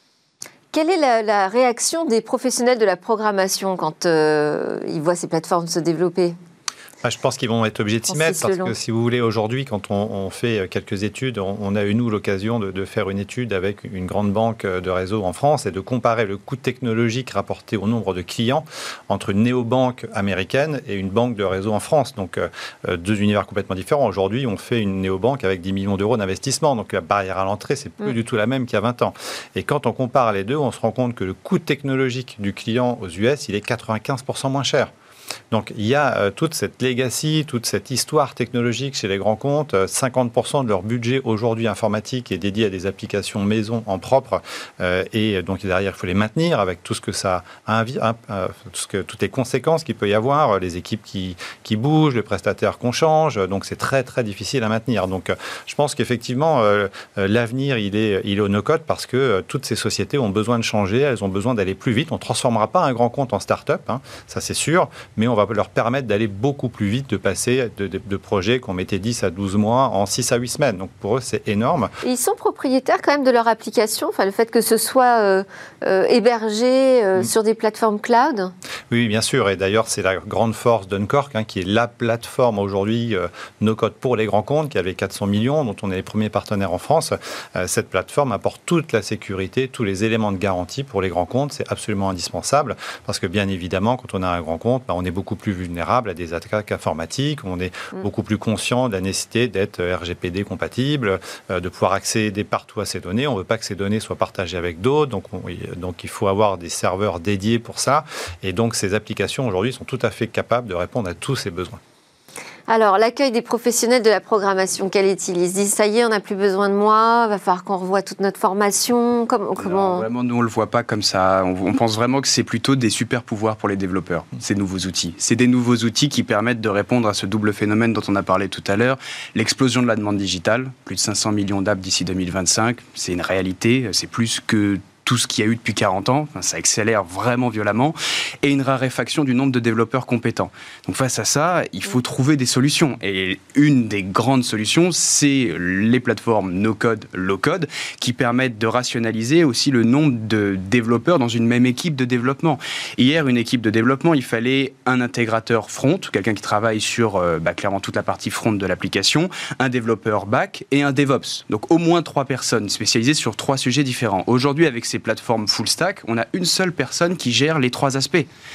Quelle est la, la réaction des professionnels de la programmation quand euh, ils voient ces plateformes se développer ? Je pense qu'ils vont être obligés de s'y mettre parce que si vous voulez, aujourd'hui, quand on, on fait quelques études, on, on a eu, nous, l'occasion de, de faire une étude avec une grande banque de réseau en France et de comparer le coût technologique rapporté au nombre de clients entre une néobanque américaine et une banque de réseau en France. Donc, euh, deux univers complètement différents. Aujourd'hui, on fait une néobanque avec dix millions d'euros d'investissement. Donc, la barrière à l'entrée, c'est plus mmh. du tout la même qu'il y a vingt ans. Et quand on compare les deux, on se rend compte que le coût technologique du client aux U S, il est quatre-vingt-quinze pour cent moins cher. Donc, il y a euh, toute cette legacy, toute cette histoire technologique chez les grands comptes. Euh, cinquante pour cent de leur budget aujourd'hui informatique est dédié à des applications maison en propre. Euh, et donc, derrière, il faut les maintenir avec tout ce que ça a, euh, tout ce que, toutes les conséquences qu'il peut y avoir, les équipes qui, qui bougent, les prestataires qu'on change. Donc, c'est très, très difficile à maintenir. Donc, euh, je pense qu'effectivement, euh, l'avenir, il est, il est au no-code parce que euh, toutes ces sociétés ont besoin de changer, elles ont besoin d'aller plus vite. On ne transformera pas un grand compte en start-up, hein, ça c'est sûr, mais on va leur permettre d'aller beaucoup plus vite, de passer de, de, de projets qu'on mettait dix à douze mois en six à huit semaines. Donc pour eux, c'est énorme. Et ils sont propriétaires quand même de leur application, enfin, le fait que ce soit euh, euh, hébergé euh, mmh. sur des plateformes cloud ? Oui, bien sûr. Et d'ailleurs, c'est la grande force d'Uncork, hein, qui est la plateforme aujourd'hui euh, no-code pour les grands comptes, qui avait quatre cents millions, dont on est les premiers partenaires en France. Euh, cette plateforme apporte toute la sécurité, tous les éléments de garantie pour les grands comptes. C'est absolument indispensable parce que bien évidemment, quand on a un grand compte, bah, on est beaucoup plus vulnérable à des attaques informatiques, on est mmh. beaucoup plus conscient de la nécessité d'être R G P D compatible, euh, de pouvoir accéder partout à ces données. On ne veut pas que ces données soient partagées avec d'autres, donc, on, donc il faut avoir des serveurs dédiés pour ça. Et donc ces applications aujourd'hui sont tout à fait capables de répondre à tous ces besoins. Alors, l'accueil des professionnels de la programmation, quel est-il ? Ils se disent, ça y est, on n'a plus besoin de moi, il va falloir qu'on revoie toute notre formation. Comment, comment... Non, vraiment, nous, on ne le voit pas comme ça. On, on pense vraiment que c'est plutôt des super pouvoirs pour les développeurs, ces nouveaux outils. C'est des nouveaux outils qui permettent de répondre à ce double phénomène dont on a parlé tout à l'heure. L'explosion de la demande digitale, plus de cinq cents millions d'apps d'ici deux mille vingt-cinq, c'est une réalité, c'est plus que tout ce qu'il y a eu depuis quarante ans, enfin, ça accélère vraiment violemment, et une raréfaction du nombre de développeurs compétents. Donc face à ça, il faut trouver des solutions. Et une des grandes solutions, c'est les plateformes no-code, low-code, qui permettent de rationaliser aussi le nombre de développeurs dans une même équipe de développement. Hier, une équipe de développement, il fallait un intégrateur front, quelqu'un qui travaille sur euh, bah, clairement toute la partie front de l'application, un développeur back et un DevOps. Donc au moins trois personnes spécialisées sur trois sujets différents. Aujourd'hui, avec ces plateformes full stack, on a une seule personne qui gère les trois aspects.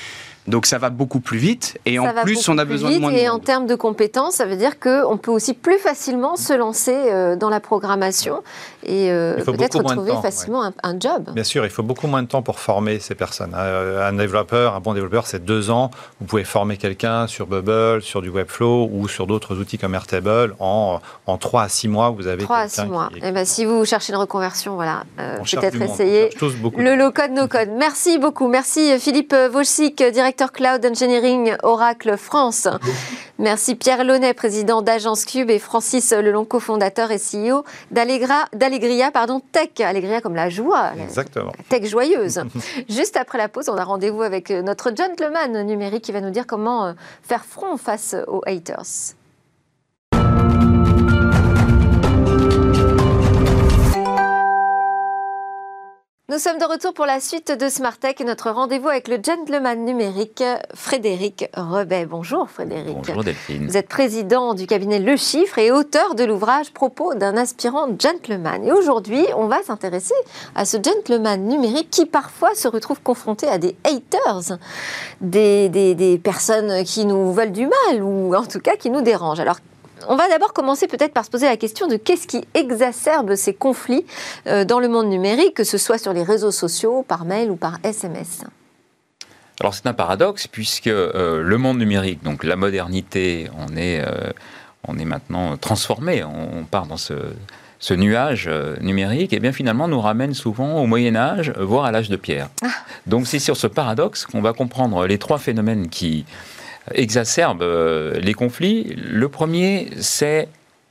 Donc ça va beaucoup plus vite et ça en plus on a besoin de moins de monde. Et monde. en termes de compétences, ça veut dire qu'on peut aussi plus facilement se lancer euh, dans la programmation et euh, peut-être trouver temps, facilement ouais. un, un job. Bien sûr, il faut beaucoup moins de temps pour former ces personnes. Un développeur, un bon développeur, c'est deux ans. Vous pouvez former quelqu'un sur Bubble, sur du Webflow ou sur d'autres outils comme Airtable. En, en trois à six mois, vous avez trois à six mois. Et ben, si vous cherchez une reconversion, voilà, euh, peut-être essayer le low-code, no-code. Merci beaucoup. Merci Philippe Wojcik, directeur Cloud Engineering Oracle France. Merci Pierre Launay, président d'Agence Cube, et Francis Lelong, cofondateur et C E O d'Allegria, pardon, Tech. Allegria comme la joie. Exactement. La tech joyeuse. Juste après la pause, on a rendez-vous avec notre gentleman numérique qui va nous dire comment faire front face aux haters. Nous sommes de retour pour la suite de Smart Tech et notre rendez-vous avec le gentleman numérique Frédéric Rebet. Bonjour Frédéric. Bonjour Delphine. Vous êtes président du cabinet Le Chiffre et auteur de l'ouvrage Propos d'un aspirant gentleman. Et aujourd'hui, on va s'intéresser à ce gentleman numérique qui parfois se retrouve confronté à des haters, des, des, des personnes qui nous veulent du mal ou en tout cas qui nous dérangent. Alors, on va d'abord commencer peut-être par se poser la question de qu'est-ce qui exacerbe ces conflits euh, dans le monde numérique, que ce soit sur les réseaux sociaux, par mail ou par S M S. Alors c'est un paradoxe puisque euh, le monde numérique, donc la modernité, on est, euh, on est maintenant transformé, on, on part dans ce, ce nuage euh, numérique, et bien finalement nous ramène souvent au Moyen-Âge, voire à l'âge de pierre. Ah. Donc c'est sur ce paradoxe qu'on va comprendre les trois phénomènes qui exacerbe les conflits. Le premier, c'est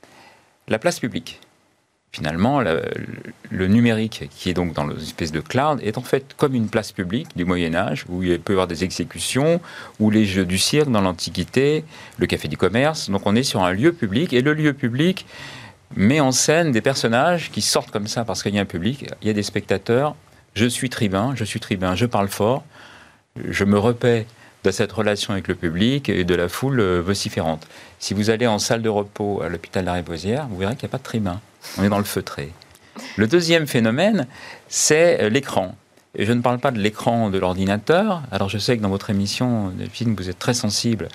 la place publique. Finalement, le, le numérique, qui est donc dans l'espèce de cloud, est en fait comme une place publique du Moyen-Âge, où il peut y avoir des exécutions, ou les jeux du cirque dans l'Antiquité, le café du commerce. Donc on est sur un lieu public, et le lieu public met en scène des personnages qui sortent comme ça parce qu'il y a un public, il y a des spectateurs. Je suis tribun, je suis tribun, je parle fort, je me repais de cette relation avec le public et de la foule vociférante. Si vous allez en salle de repos à l'hôpital de la Lariboisière, vous verrez qu'il n'y a pas de tribun. On est dans le feutré. Le deuxième phénomène, c'est l'écran. Et je ne parle pas de l'écran de l'ordinateur. Alors je sais que dans votre émission, Delphine, vous êtes très sensible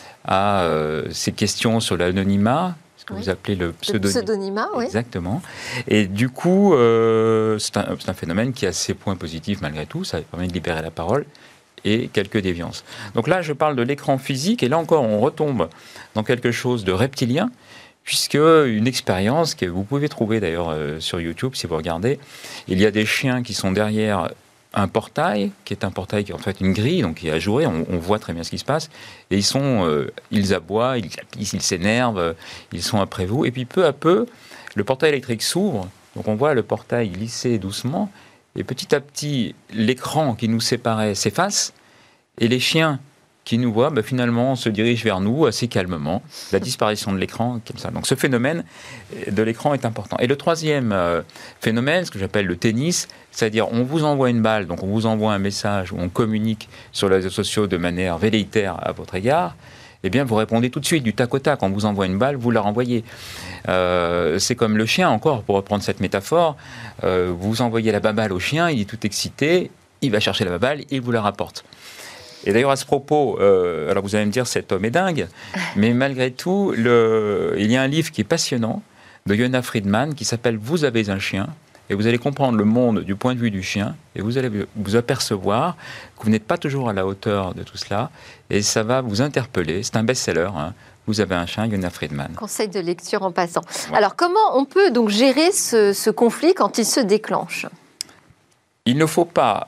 à euh, ces questions sur l'anonymat, ce que oui. vous appelez le pseudonymat. Le pseudonymat, oui. Exactement. Et du coup, euh, c'est un, c'est un phénomène qui a ses points positifs malgré tout. Ça permet de libérer la parole et quelques déviances. Donc là, je parle de l'écran physique, et là encore, on retombe dans quelque chose de reptilien, puisque une expérience que vous pouvez trouver d'ailleurs euh, sur YouTube, si vous regardez, il y a des chiens qui sont derrière un portail, qui est un portail qui est en fait une grille, donc qui est ajouré, on, on voit très bien ce qui se passe, et ils sont, euh, ils aboient, ils apissent, ils s'énervent, ils sont après vous, et puis peu à peu, le portail électrique s'ouvre, donc on voit le portail glisser doucement, et petit à petit, l'écran qui nous séparait s'efface, et les chiens qui nous voient, bah, finalement, se dirigent vers nous assez calmement. La disparition de l'écran, comme ça. Donc ce phénomène de l'écran est important. Et le troisième euh, phénomène, ce que j'appelle le tennis, c'est-à-dire on vous envoie une balle, donc on vous envoie un message, où on communique sur les réseaux sociaux de manière velléitaire à votre égard, eh bien, vous répondez tout de suite, du tac au tac. On vous envoie une balle, vous la renvoyez. Euh, c'est comme le chien, encore, pour reprendre cette métaphore. Euh, vous envoyez la baballe au chien, il est tout excité, il va chercher la baballe, il vous la rapporte. Et d'ailleurs, à ce propos, euh, alors vous allez me dire, cet homme est dingue, mais malgré tout, le, il y a un livre qui est passionnant, de Yona Friedman, qui s'appelle « Vous avez un chien ». Et vous allez comprendre le monde du point de vue du chien, et vous allez vous apercevoir que vous n'êtes pas toujours à la hauteur de tout cela, et ça va vous interpeller. C'est un best-seller, hein. Vous avez un chien, Yona Friedman. Conseil de lecture en passant. Ouais. Alors, comment on peut donc gérer ce, ce conflit quand il se déclenche ? Il ne faut pas,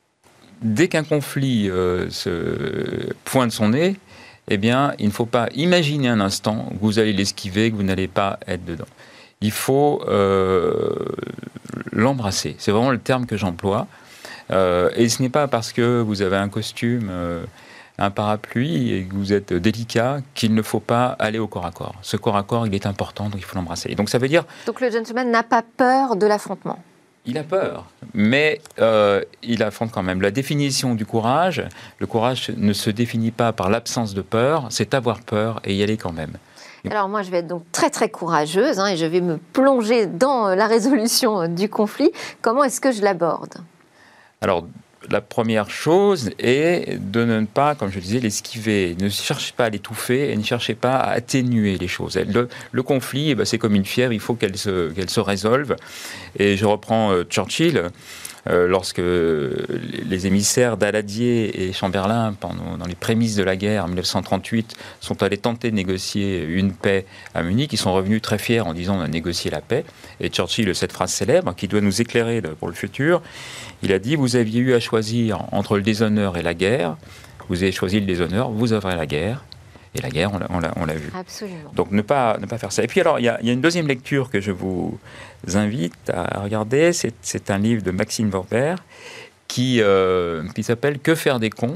dès qu'un conflit euh, se pointe son nez, eh bien, il ne faut pas imaginer un instant que vous allez l'esquiver, que vous n'allez pas être dedans. Il faut euh, l'embrasser. C'est vraiment le terme que j'emploie. Euh, et ce n'est pas parce que vous avez un costume, euh, un parapluie et que vous êtes délicat qu'il ne faut pas aller au corps à corps. Ce corps à corps, il est important, donc il faut l'embrasser. Et donc ça veut dire... Donc le gentleman n'a pas peur de l'affrontement ? Il a peur, mais euh, il affronte quand même. La définition du courage, le courage ne se définit pas par l'absence de peur, c'est avoir peur et y aller quand même. Alors moi, je vais être donc très très courageuse hein, et je vais me plonger dans la résolution du conflit. Comment est-ce que je l'aborde ? Alors, la première chose est de ne pas, comme je disais, l'esquiver. Ne cherchez pas à l'étouffer et ne cherchez pas à atténuer les choses. Le, le conflit, eh ben, c'est comme une fièvre, il faut qu'elle se, qu'elle se résolve. Et je reprends euh, Churchill. Euh, lorsque les émissaires Daladier et Chamberlain, pendant, dans les prémices de la guerre en mille neuf cent trente-huit, sont allés tenter de négocier une paix à Munich, ils sont revenus très fiers en disant on a négocié la paix. Et Churchill, cette phrase célèbre qui doit nous éclairer pour le futur, il a dit vous aviez eu à choisir entre le déshonneur et la guerre, vous avez choisi le déshonneur, vous aurez la guerre. Et la guerre, on l'a, on l'a, on l'a vu. Absolument. Donc ne pas, ne pas faire ça. Et puis alors, il y a, il y a une deuxième lecture que je vous invite à regarder. C'est, c'est un livre de Maxime Vorber qui, euh, qui s'appelle « Que faire des cons ?»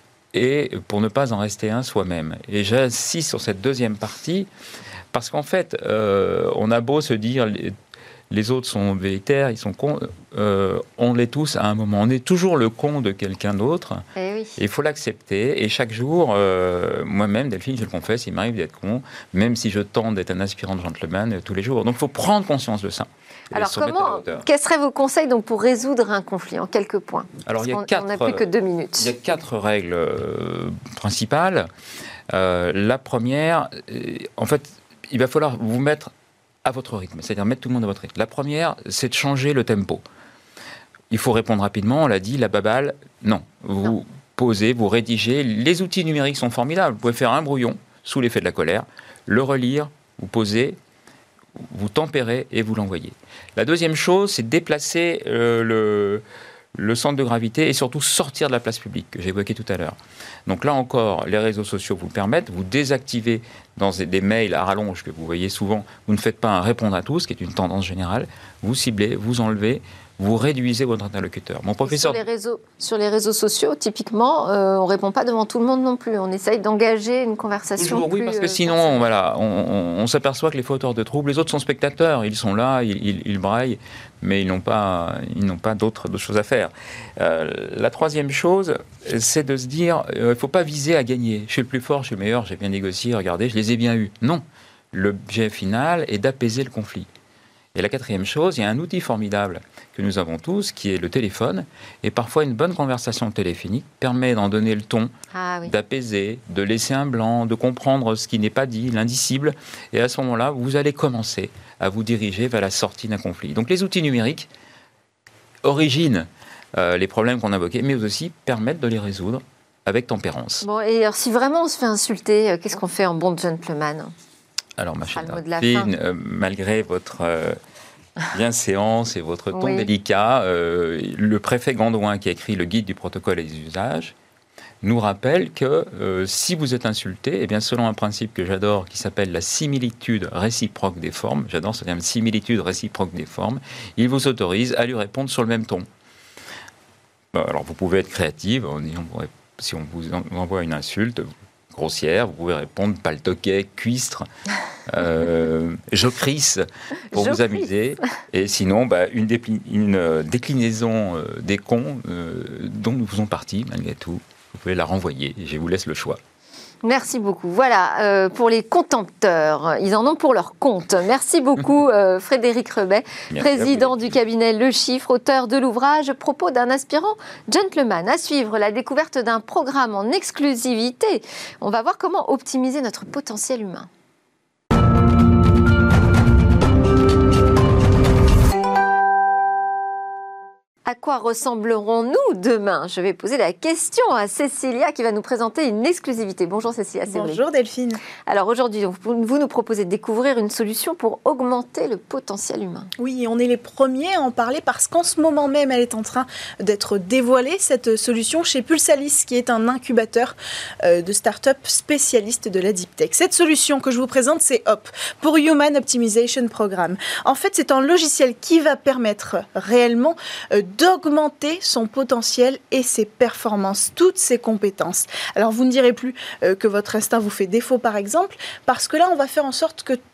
et pour ne pas en rester un soi-même. Et j'insiste sur cette deuxième partie parce qu'en fait, euh, on a beau se dire... Les, les autres sont vélétaires, ils sont cons, euh, on l'est tous à un moment. On est toujours le con de quelqu'un d'autre. Eh oui. Il faut l'accepter. Et chaque jour, euh, moi-même, Delphine, je le confesse, il m'arrive d'être con, même si je tente d'être un aspirant de gentleman euh, tous les jours. Donc il faut prendre conscience de ça. Alors comment, quels seraient vos conseils donc, pour résoudre un conflit en quelques points? Alors, il y a on, quatre, on n'a plus que deux minutes. Il y a quatre règles euh, principales. Euh, la première, euh, en fait, il va falloir vous mettre à votre rythme, c'est-à-dire mettre tout le monde à votre rythme. La première, c'est de changer le tempo. Il faut répondre rapidement, on l'a dit, la baballe, non. Vous non. posez, vous rédigez. Les outils numériques sont formidables. Vous pouvez faire un brouillon sous l'effet de la colère, le relire, vous posez, vous tempérez et vous l'envoyez. La deuxième chose, c'est déplacer euh, le... le centre de gravité et surtout sortir de la place publique que j'évoquais tout à l'heure. Donc là encore, les réseaux sociaux vous le permettent, vous désactivez dans des mails à rallonge que vous voyez souvent, vous ne faites pas un répondre à tous, qui est une tendance générale, vous ciblez, vous enlevez, vous réduisez votre interlocuteur. Mon professeur... Sur les réseaux, sur les réseaux sociaux, typiquement, euh, on ne répond pas devant tout le monde non plus. On essaye d'engager une conversation. Toujours, plus, oui, parce que euh, sinon, voilà, on, on, on s'aperçoit que les fauteurs de troubles, les autres sont spectateurs, ils sont là, ils, ils, ils braillent, mais ils n'ont pas, ils n'ont pas d'autres, d'autres choses à faire. Euh, la troisième chose, c'est de se dire, il euh, ne faut pas viser à gagner. Je suis le plus fort, je suis le meilleur, j'ai bien négocié, regardez, je les ai bien eus. Non, l'objet final est d'apaiser le conflit. Et la quatrième chose, il y a un outil formidable que nous avons tous, qui est le téléphone. Et parfois, une bonne conversation téléphonique permet d'en donner le ton, ah, oui. d'apaiser, de laisser un blanc, de comprendre ce qui n'est pas dit, l'indicible. Et à ce moment-là, vous allez commencer à vous diriger vers la sortie d'un conflit. Donc les outils numériques originent euh, les problèmes qu'on a évoqués, mais aussi permettent de les résoudre avec tempérance. Bon, et alors, si vraiment on se fait insulter, qu'est-ce qu'on fait en bon gentleman ? Alors, ma chère Delphine, euh, malgré votre euh, bienséance et votre ton oui. délicat, euh, le préfet Gandouin, qui a écrit le guide du protocole et des usages, nous rappelle que euh, si vous êtes insulté, eh bien, selon un principe que j'adore, qui s'appelle la similitude réciproque des formes, j'adore ce terme, similitude réciproque des formes, il vous autorise à lui répondre sur le même ton. Bon, alors, vous pouvez être créative, en disant, si on vous envoie une insulte grossière, vous pouvez répondre paltoquet, cuistre, euh, jocrisse pour Jocrisse. vous amuser. Et sinon, bah, une, dépli- une déclinaison euh, des cons euh, dont nous faisons partie, malgré tout. Vous pouvez la renvoyer et je vous laisse le choix. Merci beaucoup. Voilà, euh, pour les contempteurs, ils en ont pour leur compte. Merci beaucoup euh, Frédéric Rebet, Merci président du cabinet Le Chiffre, auteur de l'ouvrage Propos d'un aspirant gentleman. À suivre, la découverte d'un programme en exclusivité. On va voir comment optimiser notre potentiel humain. À quoi ressemblerons-nous demain ? Je vais poser la question à Cécilia qui va nous présenter une exclusivité. Bonjour Cécilia. Bonjour Delphine. Alors aujourd'hui, vous nous proposez de découvrir une solution pour augmenter le potentiel humain. Oui, on est les premiers à en parler parce qu'en ce moment même, elle est en train d'être dévoilée, cette solution chez Pulsalis, qui est un incubateur de start-up spécialiste de la deep tech. Cette solution que je vous présente, c'est Hop, pour Human Optimization Program. En fait, c'est un logiciel qui va permettre réellement de d'augmenter son potentiel et ses performances, toutes ses compétences. Alors, vous ne direz plus euh, que votre instinct vous fait défaut, par exemple, parce que là, on va faire en sorte que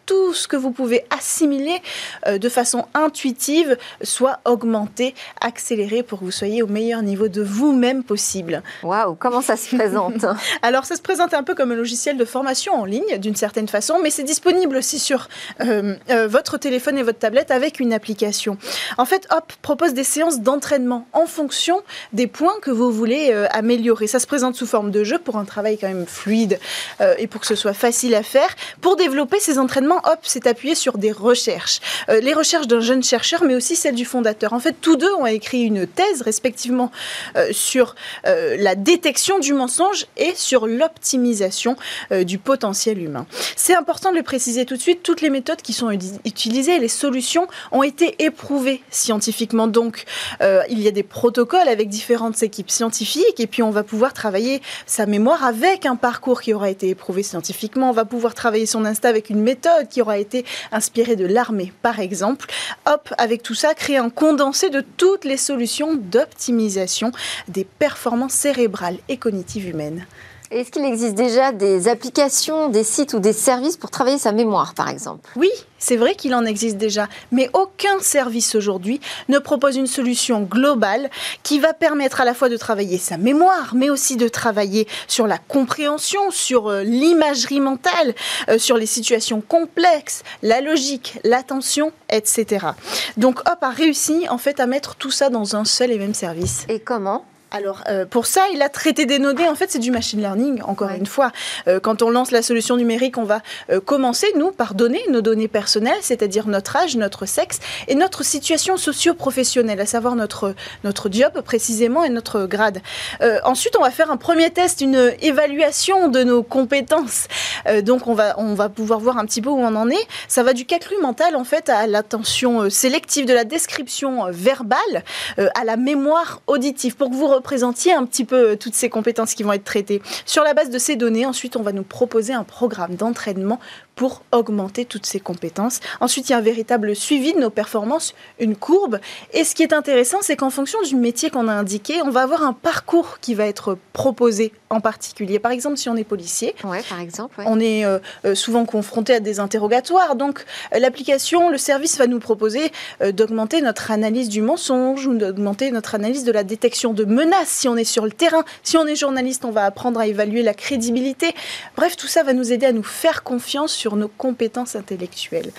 tout ce que vous pouvez assimiler euh, de façon intuitive soit augmenté, accéléré pour que vous soyez au meilleur niveau de vous-même possible. Waouh, comment ça se présente? Alors, ça se présente un peu comme un logiciel de formation en ligne, d'une certaine façon, mais c'est disponible aussi sur euh, euh, votre téléphone et votre tablette avec une application. En fait, Hop propose des séances d'entraînement en fonction des points que vous voulez euh, améliorer. Ça se présente sous forme de jeu pour un travail quand même fluide euh, et pour que ce soit facile à faire. Pour développer ces entraînements, Hop s'est appuyé sur des recherches. Euh, les recherches d'un jeune chercheur, mais aussi celles du fondateur. En fait, tous deux ont écrit une thèse, respectivement, euh, sur euh, la détection du mensonge et sur l'optimisation euh, du potentiel humain. C'est important de le préciser tout de suite, toutes les méthodes qui sont utilisées, les solutions ont été éprouvées scientifiquement. Donc, euh, il y a des protocoles avec différentes équipes scientifiques et puis on va pouvoir travailler sa mémoire avec un parcours qui aura été éprouvé scientifiquement. On va pouvoir travailler son instinct avec une méthode qui aura été inspirée de l'armée, par exemple. Hop, avec tout ça, créer un condensé de toutes les solutions d'optimisation des performances cérébrales et cognitives humaines. Est-ce qu'il existe déjà des applications, des sites ou des services pour travailler sa mémoire, par exemple? Oui, c'est vrai qu'il en existe déjà, mais aucun service aujourd'hui ne propose une solution globale qui va permettre à la fois de travailler sa mémoire, mais aussi de travailler sur la compréhension, sur euh, l'imagerie mentale, euh, sur les situations complexes, la logique, l'attention, et cetera. Donc Hop a réussi en fait à mettre tout ça dans un seul et même service. Et comment ? Alors, euh, pour ça, il a traité des données. En fait, c'est du machine learning, encore ouais. une fois. Euh, quand on lance la solution numérique, on va euh, commencer, nous, par donner nos données personnelles, c'est-à-dire notre âge, notre sexe et notre situation socio-professionnelle, à savoir notre, notre job, précisément, et notre grade. Euh, ensuite, on va faire un premier test, une évaluation de nos compétences. Euh, donc, on va, on va pouvoir voir un petit peu où on en est. Ça va du calcul mental, en fait, à l'attention euh, sélective, de la description euh, verbale, euh, à la mémoire auditive, pour que vous représentiez un petit peu toutes ces compétences qui vont être traitées. Sur la base de ces données, ensuite, on va nous proposer un programme d'entraînement pour augmenter toutes ces compétences. Ensuite, il y a un véritable suivi de nos performances, une courbe. Et ce qui est intéressant, c'est qu'en fonction du métier qu'on a indiqué, on va avoir un parcours qui va être proposé en particulier. Par exemple, si on est policier, ouais, par exemple, ouais. on est euh, souvent confronté à des interrogatoires. Donc, euh, l'application, le service va nous proposer euh, d'augmenter notre analyse du mensonge ou d'augmenter notre analyse de la détection de menaces si on est sur le terrain. Si on est journaliste, on va apprendre à évaluer la crédibilité. Bref, tout ça va nous aider à nous faire confiance sur nos compétences intellectuelles.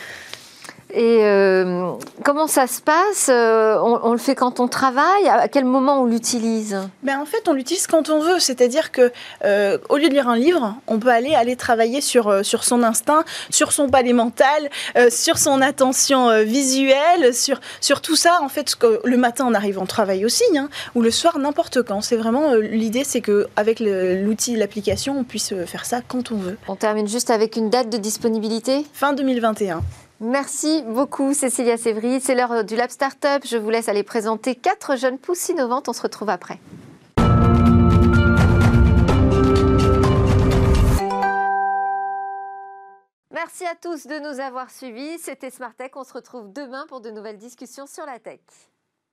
Et euh, comment ça se passe ? on, on le fait quand on travaille ? À quel moment on l'utilise ? Ben en fait, on l'utilise quand on veut. C'est-à-dire que euh, au lieu de lire un livre, on peut aller aller travailler sur euh, sur son instinct, sur son palais mental, euh, sur son attention euh, visuelle, sur sur tout ça. En fait, que le matin, on arrive en travail aussi, hein, ou le soir, n'importe quand. C'est vraiment euh, l'idée, c'est que avec le, l'outil, l'application, on puisse faire ça quand on veut. On termine juste avec une date de disponibilité ? Fin deux mille vingt et un. Merci beaucoup Cécilia Sévry. C'est l'heure du Lab Startup. Je vous laisse aller présenter quatre jeunes pousses innovantes. On se retrouve après. Merci à tous de nous avoir suivis. C'était Smart Tech. On se retrouve demain pour de nouvelles discussions sur la tech.